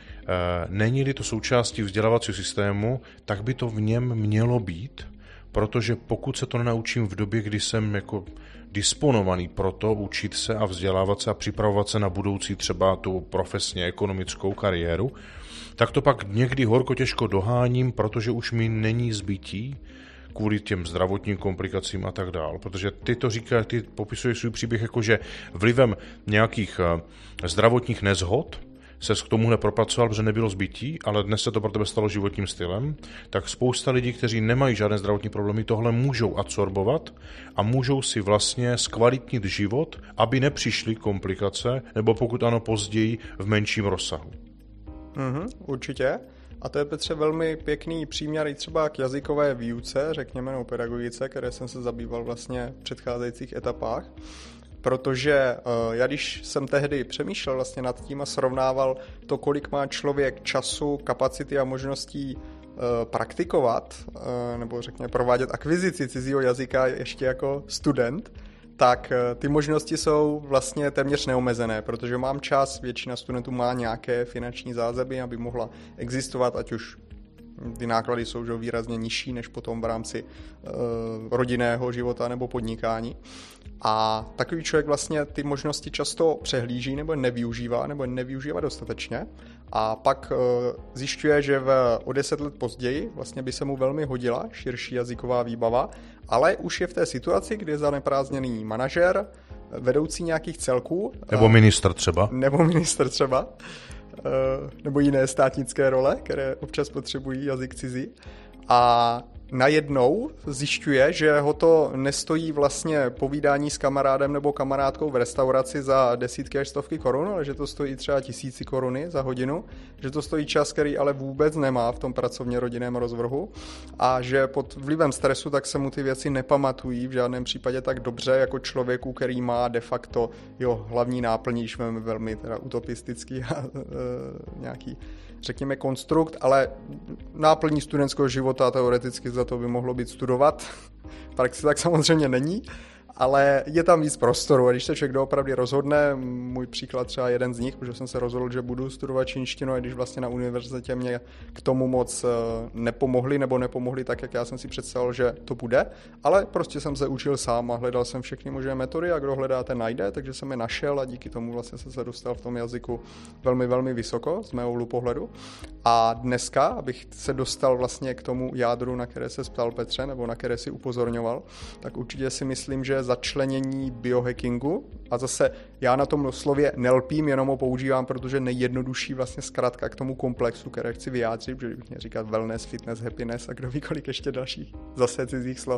není-li to součástí vzdělávacího systému, tak by to v něm mělo být, protože pokud se to nenaučím v době, kdy jsem jako disponovaný pro to učit se a vzdělávat se a připravovat se na budoucí třeba tu profesně ekonomickou kariéru, tak to pak někdy horko těžko doháním, protože už mi není zbytí kvůli těm zdravotním komplikacím a tak dál. Protože ty to říkáš, ty popisuješ svůj příběh jako, že vlivem nějakých zdravotních nezhod se k tomuhle propracoval, protože nebylo zbytí, ale dnes se to pro tebe stalo životním stylem, tak spousta lidí, kteří nemají žádné zdravotní problémy, tohle můžou absorbovat a můžou si vlastně zkvalitnit život, aby nepřišly komplikace, nebo pokud ano, později v menším rozsahu. Mm-hmm, určitě. A to je, Petře, velmi pěkný příměr i třeba k jazykové výuce, řekněme, nebo pedagogice, které jsem se zabýval vlastně v předcházejících etapách. Protože uh, já když jsem tehdy přemýšlel vlastně nad tím a srovnával to, kolik má člověk času, kapacity a možností uh, praktikovat, uh, nebo řekněme provádět akvizici cizího jazyka ještě jako student, tak uh, ty možnosti jsou vlastně téměř neomezené, protože mám čas, většina studentů má nějaké finanční zázemí, aby mohla existovat, ať už ty náklady jsou že, výrazně nižší než potom v rámci uh, rodinného života nebo podnikání. A takový člověk vlastně ty možnosti často přehlíží nebo nevyužívá nebo nevyužívá dostatečně a pak uh, zjišťuje, že v, o deset let později vlastně by se mu velmi hodila širší jazyková výbava, ale už je v té situaci, kdy je zaneprázdněný manažer, vedoucí nějakých celků. Nebo ministr třeba. Nebo ministr třeba. Nebo jiné státnické role, které občas potřebují jazyk cizí. A najednou zjišťuje, že ho to nestojí vlastně povídání s kamarádem nebo kamarádkou v restauraci za desítky až stovky korun, ale že to stojí třeba tisíci koruny za hodinu, že to stojí čas, který ale vůbec nemá v tom pracovně rodinném rozvrhu a že pod vlivem stresu tak se mu ty věci nepamatují v žádném případě tak dobře jako člověku, který má de facto jeho hlavní náplní, když máme velmi teda utopistický a e, nějaký řekněme konstrukt, ale náplní studentského života teoreticky za to by mohlo být studovat. Praxi tak samozřejmě není, ale je tam víc prostoru a když se člověk doopravdy rozhodne, můj příklad třeba jeden z nich, protože jsem se rozhodl, že budu studovat čínštinu a když vlastně na univerzitě mě k tomu moc nepomohli nebo nepomohli tak, jak já jsem si představil, že to bude, ale prostě jsem se učil sám a hledal jsem všechny možné metody a kdo hledá, ten najde, takže jsem je našel a díky tomu vlastně jsem se dostal v tom jazyku velmi, velmi vysoko z mého úhlu pohledu. A dneska, abych se dostal vlastně k tomu jádru, na které se ptal Petře, nebo na které si upozorňoval, tak určitě si myslím, že začlenění biohackingu, a zase já na tom slově nelpím, jenom ho používám, protože nejjednodušší vlastně zkrátka k tomu komplexu, které chci vyjádřit, protože bych měl říkat wellness, fitness, happiness a kdo ví kolik ještě dalších zase cizích slov,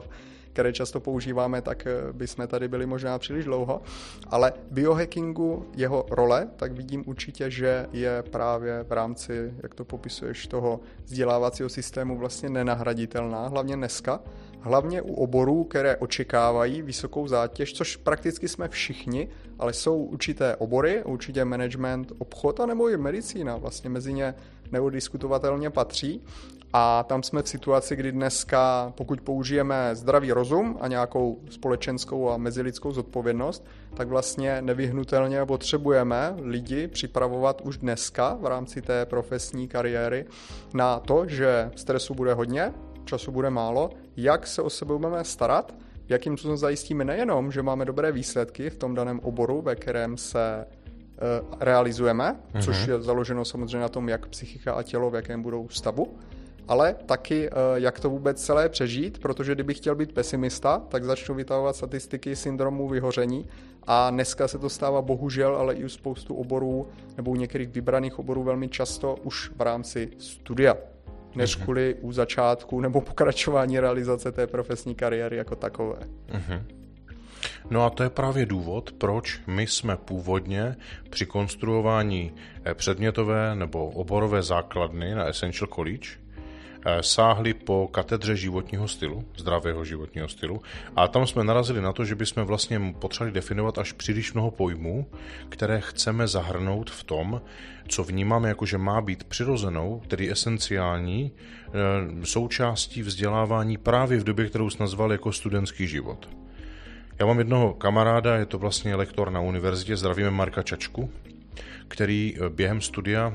které často používáme, tak bychom tady byli možná příliš dlouho. Ale biohackingu, jeho role, tak vidím určitě, že je právě v rámci, jak to popisuješ, toho vzdělávacího systému vlastně nenahraditelná, hlavně dneska. Hlavně u oborů, které očekávají vysokou zátěž, což prakticky jsme všichni, ale jsou určité obory, určitě management, obchod a nebo i medicína vlastně mezi ně neodiskutovatelně patří. A tam jsme v situaci, kdy dneska, pokud použijeme zdravý rozum a nějakou společenskou a mezilidskou zodpovědnost, tak vlastně nevyhnutelně potřebujeme lidi připravovat už dneska v rámci té profesní kariéry na to, že stresu bude hodně, času bude málo, jak se o sebe budeme starat, jakým způsobem zajistíme nejenom, že máme dobré výsledky v tom daném oboru, ve kterém se uh, realizujeme, mm-hmm. což je založeno samozřejmě na tom, jak psychika a tělo v jakém budou stavu, ale taky, uh, jak to vůbec celé přežít, protože kdybych chtěl být pesimista, tak začnu vytahovat statistiky syndromu vyhoření a dneska se to stává bohužel, ale i u spoustu oborů nebo u některých vybraných oborů velmi často už v rámci studia, než kvůli u začátku nebo pokračování realizace té profesní kariéry jako takové. Uh-huh. No a to je právě důvod, proč my jsme původně při konstruování předmětové nebo oborové základny na Essential College sáhli po katedře životního stylu, zdravého životního stylu, a tam jsme narazili na to, že bychom vlastně potřebovali definovat až příliš mnoho pojmů, které chceme zahrnout v tom, co vnímáme jako, že má být přirozenou, tedy esenciální součástí vzdělávání právě v době, kterou jsme nazvali jako studentský život. Já mám jednoho kamaráda, je to vlastně lektor na univerzitě, zdravíme Marka Čačku, který během studia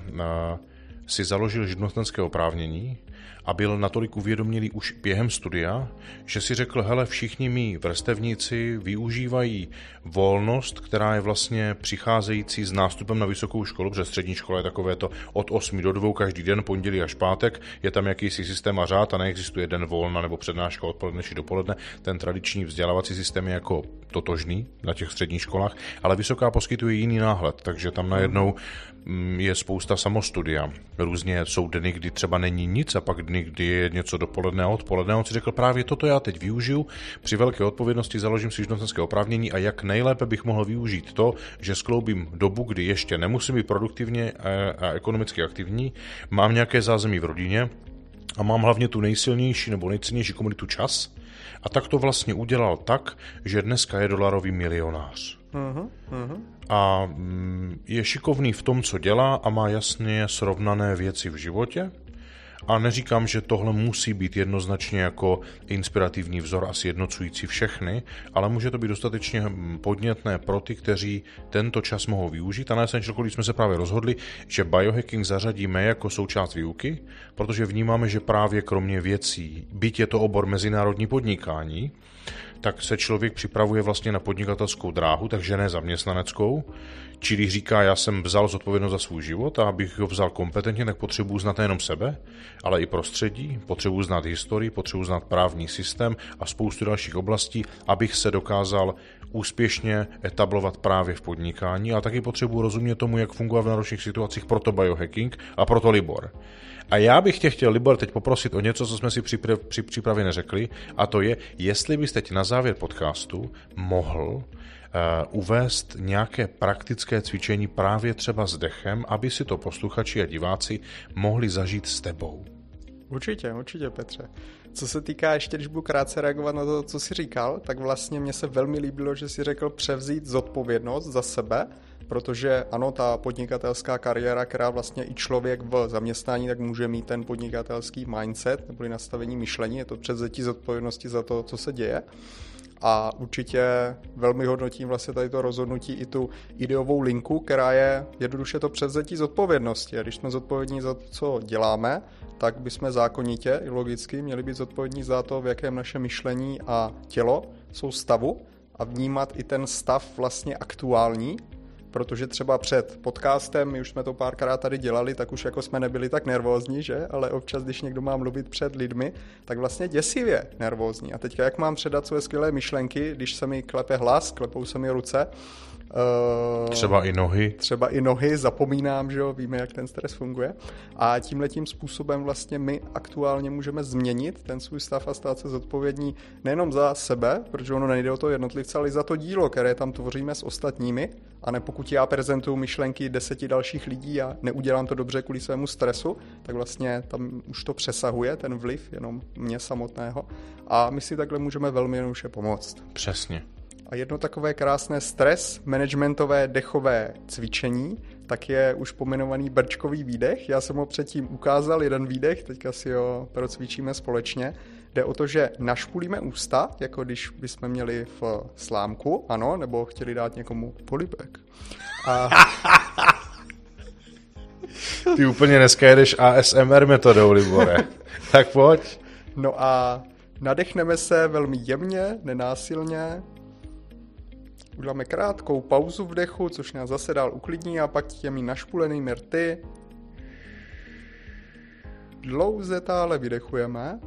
si založil živnostenské oprávnění a byl natolik uvědomělý už během studia, že si řekl, hele, všichni mí vrstevníci využívají volnost, která je vlastně přicházející s nástupem na vysokou školu, protože střední škola je takové to od osmi do dvou každý den, pondělí až pátek, je tam jakýsi systém a řád a neexistuje den volna nebo přednáška odpoledne či dopoledne. Ten tradiční vzdělávací systém je jako totožný na těch středních školách, ale vysoká poskytuje jiný náhled, takže tam najednou je spousta samostudia. Různě jsou dny, kdy třeba není nic a pak dny, kdy je něco dopoledne a odpoledne. A on si řekl, právě toto já teď využiju, při velké odpovědnosti založím si živnostenské oprávnění a jak nejlépe bych mohl využít to, že skloubím dobu, kdy ještě nemusím být produktivně a ekonomicky aktivní, mám nějaké zázemí v rodině a mám hlavně tu nejsilnější nebo nejcennější komunitu čas. A tak to vlastně udělal tak, že dneska je dolarový milionář. Uh-huh, uh-huh. A je šikovný v tom, co dělá a má jasně srovnané věci v životě. A neříkám, že tohle musí být jednoznačně jako inspirativní vzor a sjednocující všechny, ale může to být dostatečně podnětné pro ty, kteří tento čas mohou využít. A na Essential College jsme se právě rozhodli, že biohacking zařadíme jako součást výuky, protože vnímáme, že právě kromě věcí, byť je to obor mezinárodní podnikání, tak se člověk připravuje vlastně na podnikatelskou dráhu, takže ne zaměstnaneckou. Čili říká, já jsem vzal zodpovědnost za svůj život a abych ho vzal kompetentně, tak potřebuji znát nejenom sebe, ale i prostředí, potřebuji znát historii, potřebuji znát právní systém a spoustu dalších oblastí, abych se dokázal úspěšně etablovat právě v podnikání, a taky potřebuji rozumět tomu, jak funguje v náročných situacích, proto biohacking a proto Libor. A já bych tě chtěl, Libor, teď poprosit o něco, co jsme si při, při přípravě neřekli, a to je, jestli bys teď na závěr podcastu mohl uh, uvést nějaké praktické cvičení právě třeba s dechem, aby si to posluchači a diváci mohli zažít s tebou. Určitě, určitě, Petře. Co se týká, ještě když budu krátce reagovat na to, co jsi říkal, tak vlastně mně se velmi líbilo, že jsi řekl převzít zodpovědnost za sebe, protože ano, ta podnikatelská kariéra, která vlastně i člověk v zaměstnání, tak může mít ten podnikatelský mindset nebo nastavení myšlení, je to převzetí zodpovědnosti za to, co se děje. A určitě velmi hodnotím vlastně tady to rozhodnutí i tu ideovou linku, která je jednoduše to převzetí zodpovědnosti. A když jsme zodpovědní za to, co děláme, tak bychom zákonitě i logicky měli být zodpovědní za to, v jakém naše myšlení a tělo jsou stavu a vnímat i ten stav vlastně aktuální, protože třeba před podcastem, my už jsme to párkrát tady dělali, tak už jako jsme nebyli tak nervózní, že? Ale občas, když někdo má mluvit před lidmi, tak vlastně děsivě nervózní. A teďka, jak mám předat své skvělé myšlenky, když se mi klepe hlas, klepou se mi ruce, Třeba i nohy. Třeba i nohy, zapomínám, že jo, víme, jak ten stres funguje. A tímhletím způsobem vlastně my aktuálně můžeme změnit ten svůj stav a stát se zodpovědní nejenom za sebe, protože ono nejde o to jednotlivce, ale i za to dílo, které tam tvoříme s ostatními. A ne pokud já prezentuju myšlenky deseti dalších lidí a neudělám to dobře kvůli svému stresu, tak vlastně tam už to přesahuje ten vliv jenom mě samotného. A my si takhle můžeme velmi jednoduše pomoct. Přesně. A jedno takové krásné stres managementové dechové cvičení, tak je už pomenovaný brčkový výdech. Já jsem ho předtím ukázal, jeden výdech, teďka si ho procvičíme společně. Jde o to, že našpulíme ústa, jako když bychom měli v slámku, ano, nebo chtěli dát někomu polibek. A... Ty úplně dneska jedeš A S M R metodou, Libore. Tak pojď. No a nadechneme se velmi jemně, nenásilně. Uděláme krátkou pauzu v dechu, což nás zase dál uklidní a pak těmi našpulenými rty dlouze tále vydechujeme.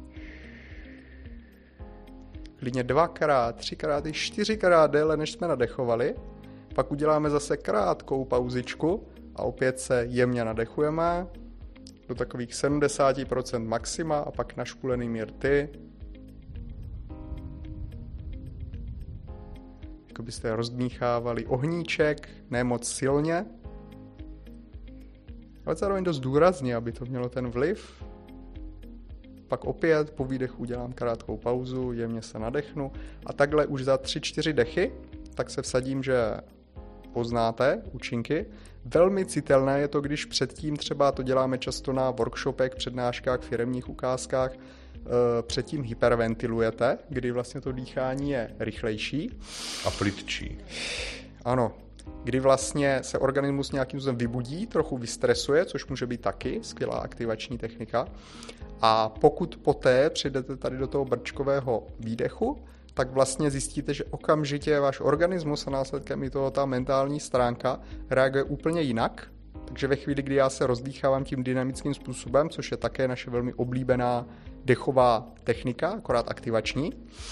Klidně dvakrát, třikrát i čtyřikrát déle, než jsme nadechovali. Pak uděláme zase krátkou pauzičku a opět se jemně nadechujeme do takových sedmdesát procent maxima a pak našpulenými rty. Jako byste rozdmíchávali ohníček, ne moc silně, ale zároveň dost důrazně, aby to mělo ten vliv. Pak opět po výdechu udělám krátkou pauzu, jemně se nadechnu a takhle už za tři čtyři dechy, tak se vsadím, že poznáte účinky. Velmi citelné je to, když předtím třeba to děláme často na workshopech, přednáškách, firemních ukázkách, předtím hyperventilujete, kdy vlastně to dýchání je rychlejší. A plitčí. Ano, kdy vlastně se organismus nějakým způsobem vybudí, trochu vystresuje, což může být taky skvělá aktivační technika. A pokud poté přijdete tady do toho brčkového výdechu, tak vlastně zjistíte, že okamžitě váš organismus a následkem i toho ta mentální stránka reaguje úplně jinak. Takže ve chvíli, kdy já se rozdýchávám tím dynamickým způsobem, což je také naše velmi oblíbená dechová technika, akorát aktivační,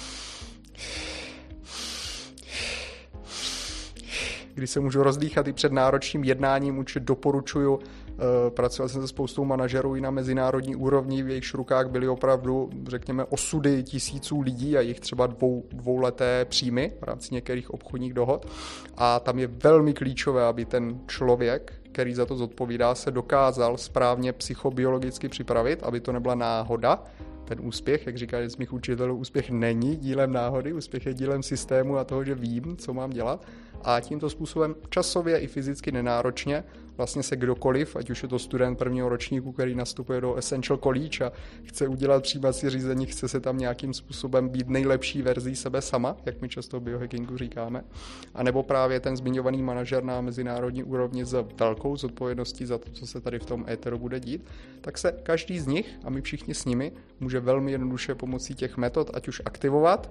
kdy se můžu rozdýchat i před náročným jednáním, určitě doporučuju. Pracoval jsem se spoustou manažerů i na mezinárodní úrovni, v jejichž rukách byly opravdu, řekněme, osudy tisíců lidí a jejich třeba dvou, dvouleté příjmy v rámci některých obchodních dohod. A tam je velmi klíčové, aby ten člověk, který za to zodpovídá, se dokázal správně psychobiologicky připravit, aby to nebyla náhoda. Ten úspěch, jak říká jeden z mých učitelů, úspěch není dílem náhody, úspěch je dílem systému a toho, že vím, co mám dělat. A tímto způsobem časově i fyzicky nenáročně vlastně se kdokoliv, ať už je to student prvního ročníku, který nastupuje do Essential College a chce udělat přijímací řízení, chce se tam nějakým způsobem být nejlepší verzí sebe sama, jak my často v biohackingu říkáme, a nebo právě ten zmiňovaný manažer na mezinárodní úrovni s velkou zodpovědností za to, co se tady v tom éteru bude dít, tak se každý z nich a my všichni s nimi může velmi jednoduše pomocí těch metod ať už aktivovat,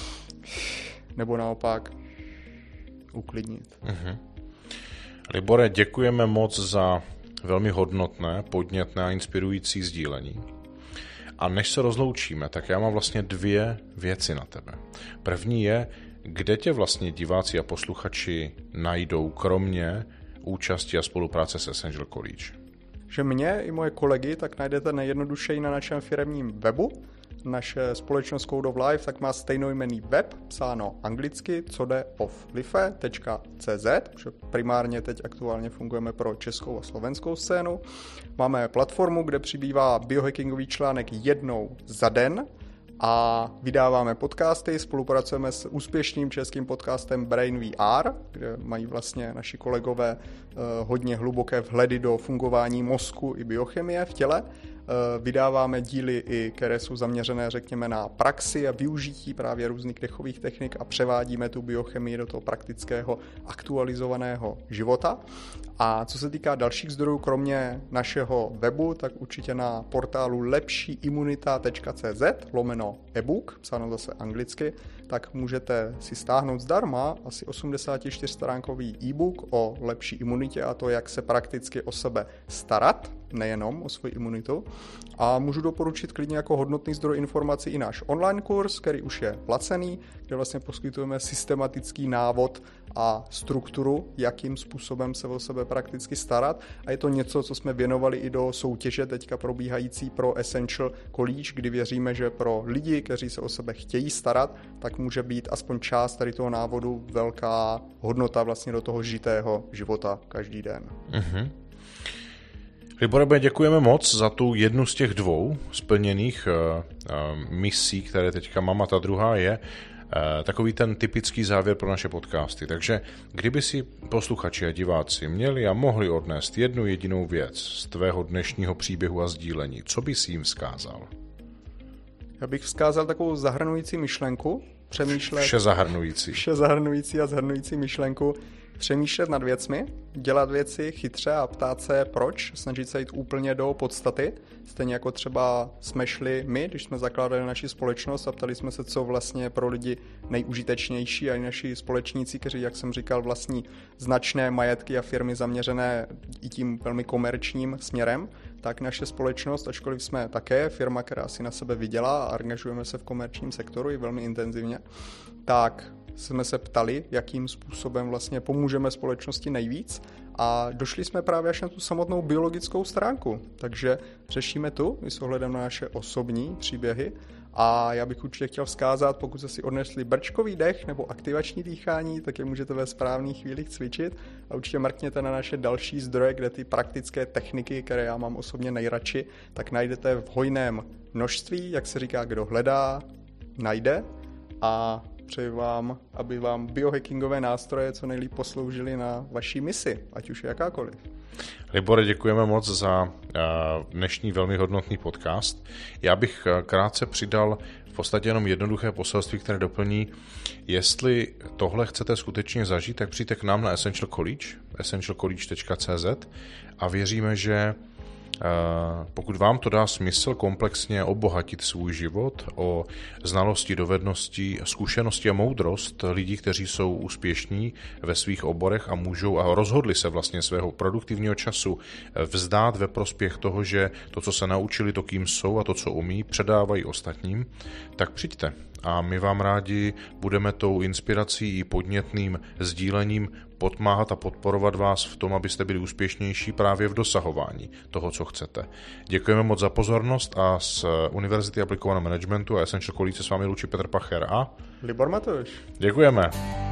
nebo naopak uklidnit. Mm-hmm. Libore, děkujeme moc za velmi hodnotné, podnětné a inspirující sdílení. A než se rozloučíme, tak já mám vlastně dvě věci na tebe. První je, kde tě vlastně diváci a posluchači najdou, kromě účasti a spolupráce s Essential College. Že mě i moje kolegy tak najdete nejjednodušeji na našem firemním webu. Naše společnost Code of Life tak má stejnojmenný web, psáno anglicky, codeoflife tečka cé zet, že primárně teď aktuálně fungujeme pro českou a slovenskou scénu. Máme platformu, kde přibývá biohackingový článek jednou za den a vydáváme podcasty, spolupracujeme s úspěšným českým podcastem Brain V R, kde mají vlastně naši kolegové eh, hodně hluboké vhledy do fungování mozku i biochemie v těle. Vydáváme díly, i, které jsou zaměřené, řekněme, na praxi a využití právě různých dechových technik a převádíme tu biochemii do toho praktického aktualizovaného života. A co se týká dalších zdrojů, kromě našeho webu, tak určitě na portálu lepšíimunita tečka cé zet lomeno e-book, psáno zase anglicky, tak můžete si stáhnout zdarma asi osmdesátčtyřstránkový e-book o lepší imunitě a to, jak se prakticky o sebe starat. nejenom o svoji imunitu. A můžu doporučit klidně jako hodnotný zdroj informací i náš online kurz, který už je placený, kde vlastně poskytujeme systematický návod a strukturu, jakým způsobem se o sebe prakticky starat. A je to něco, co jsme věnovali i do soutěže teďka probíhající pro Essential College, kdy věříme, že pro lidi, kteří se o sebe chtějí starat, tak může být aspoň část tady toho návodu velká hodnota vlastně do toho žitého života každý den. Mm-hmm. Libore, děkujeme moc za tu jednu z těch dvou splněných uh, uh, misí, které teďka mám, a ta druhá je uh, takový ten typický závěr pro naše podcasty. Takže kdyby si posluchači a diváci měli a mohli odnést jednu jedinou věc z tvého dnešního příběhu a sdílení, co bys jim vzkázal? Já bych vzkázal takovou zahrnující myšlenku, přemýšlet... Vše zahrnující. Vše zahrnující a zahrnující myšlenku, přemýšlet nad věcmi, dělat věci chytře a ptát se proč, snažit se jít úplně do podstaty. Stejně jako třeba jsme šli my, když jsme zakládali naši společnost a ptali jsme se, co vlastně je pro lidi nejužitečnější, a i naši společníci, kteří, jak jsem říkal, vlastní značné majetky a firmy zaměřené i tím velmi komerčním směrem, tak naše společnost, ačkoliv jsme také firma, která si na sebe vydělá a angažujeme se v komerčním sektoru i velmi intenzivně, tak jsme se ptali, jakým způsobem vlastně pomůžeme společnosti nejvíc, a došli jsme právě až na tu samotnou biologickou stránku. Takže řešíme tu i s ohledem na naše osobní příběhy, a já bych určitě chtěl vzkázat, pokud jste si odnesli brčkový dech nebo aktivační dýchání, tak je můžete ve správných chvílích cvičit, a určitě mrkněte na naše další zdroje, kde ty praktické techniky, které já mám osobně nejradši, tak najdete v hojném množství. Jak se říká, kdo hledá, najde, a přeji vám, aby vám biohackingové nástroje co nejlíp posloužily na vaší misi, ať už jakákoliv. Libore, děkujeme moc za dnešní velmi hodnotný podcast. Já bych krátce přidal v podstatě jenom jednoduché poselství, které doplní: jestli tohle chcete skutečně zažít, tak přijďte k nám na Essential College, essential college tečka cé zet, a věříme, že pokud vám to dá smysl komplexně obohatit svůj život o znalosti, dovednosti, zkušenosti a moudrost lidí, kteří jsou úspěšní ve svých oborech a můžou a rozhodli se vlastně svého produktivního času vzdát ve prospěch toho, že to, co se naučili, to, kým jsou a to, co umí, předávají ostatním, tak přijďte. A my vám rádi budeme tou inspirací i podnětným sdílením podmáhat a podporovat vás v tom, abyste byli úspěšnější právě v dosahování toho, co chcete. Děkujeme moc za pozornost a z Univerzity aplikovaného managementu a Essential College se s vámi loučí Petr Pacher a Libor Matuš. Děkujeme.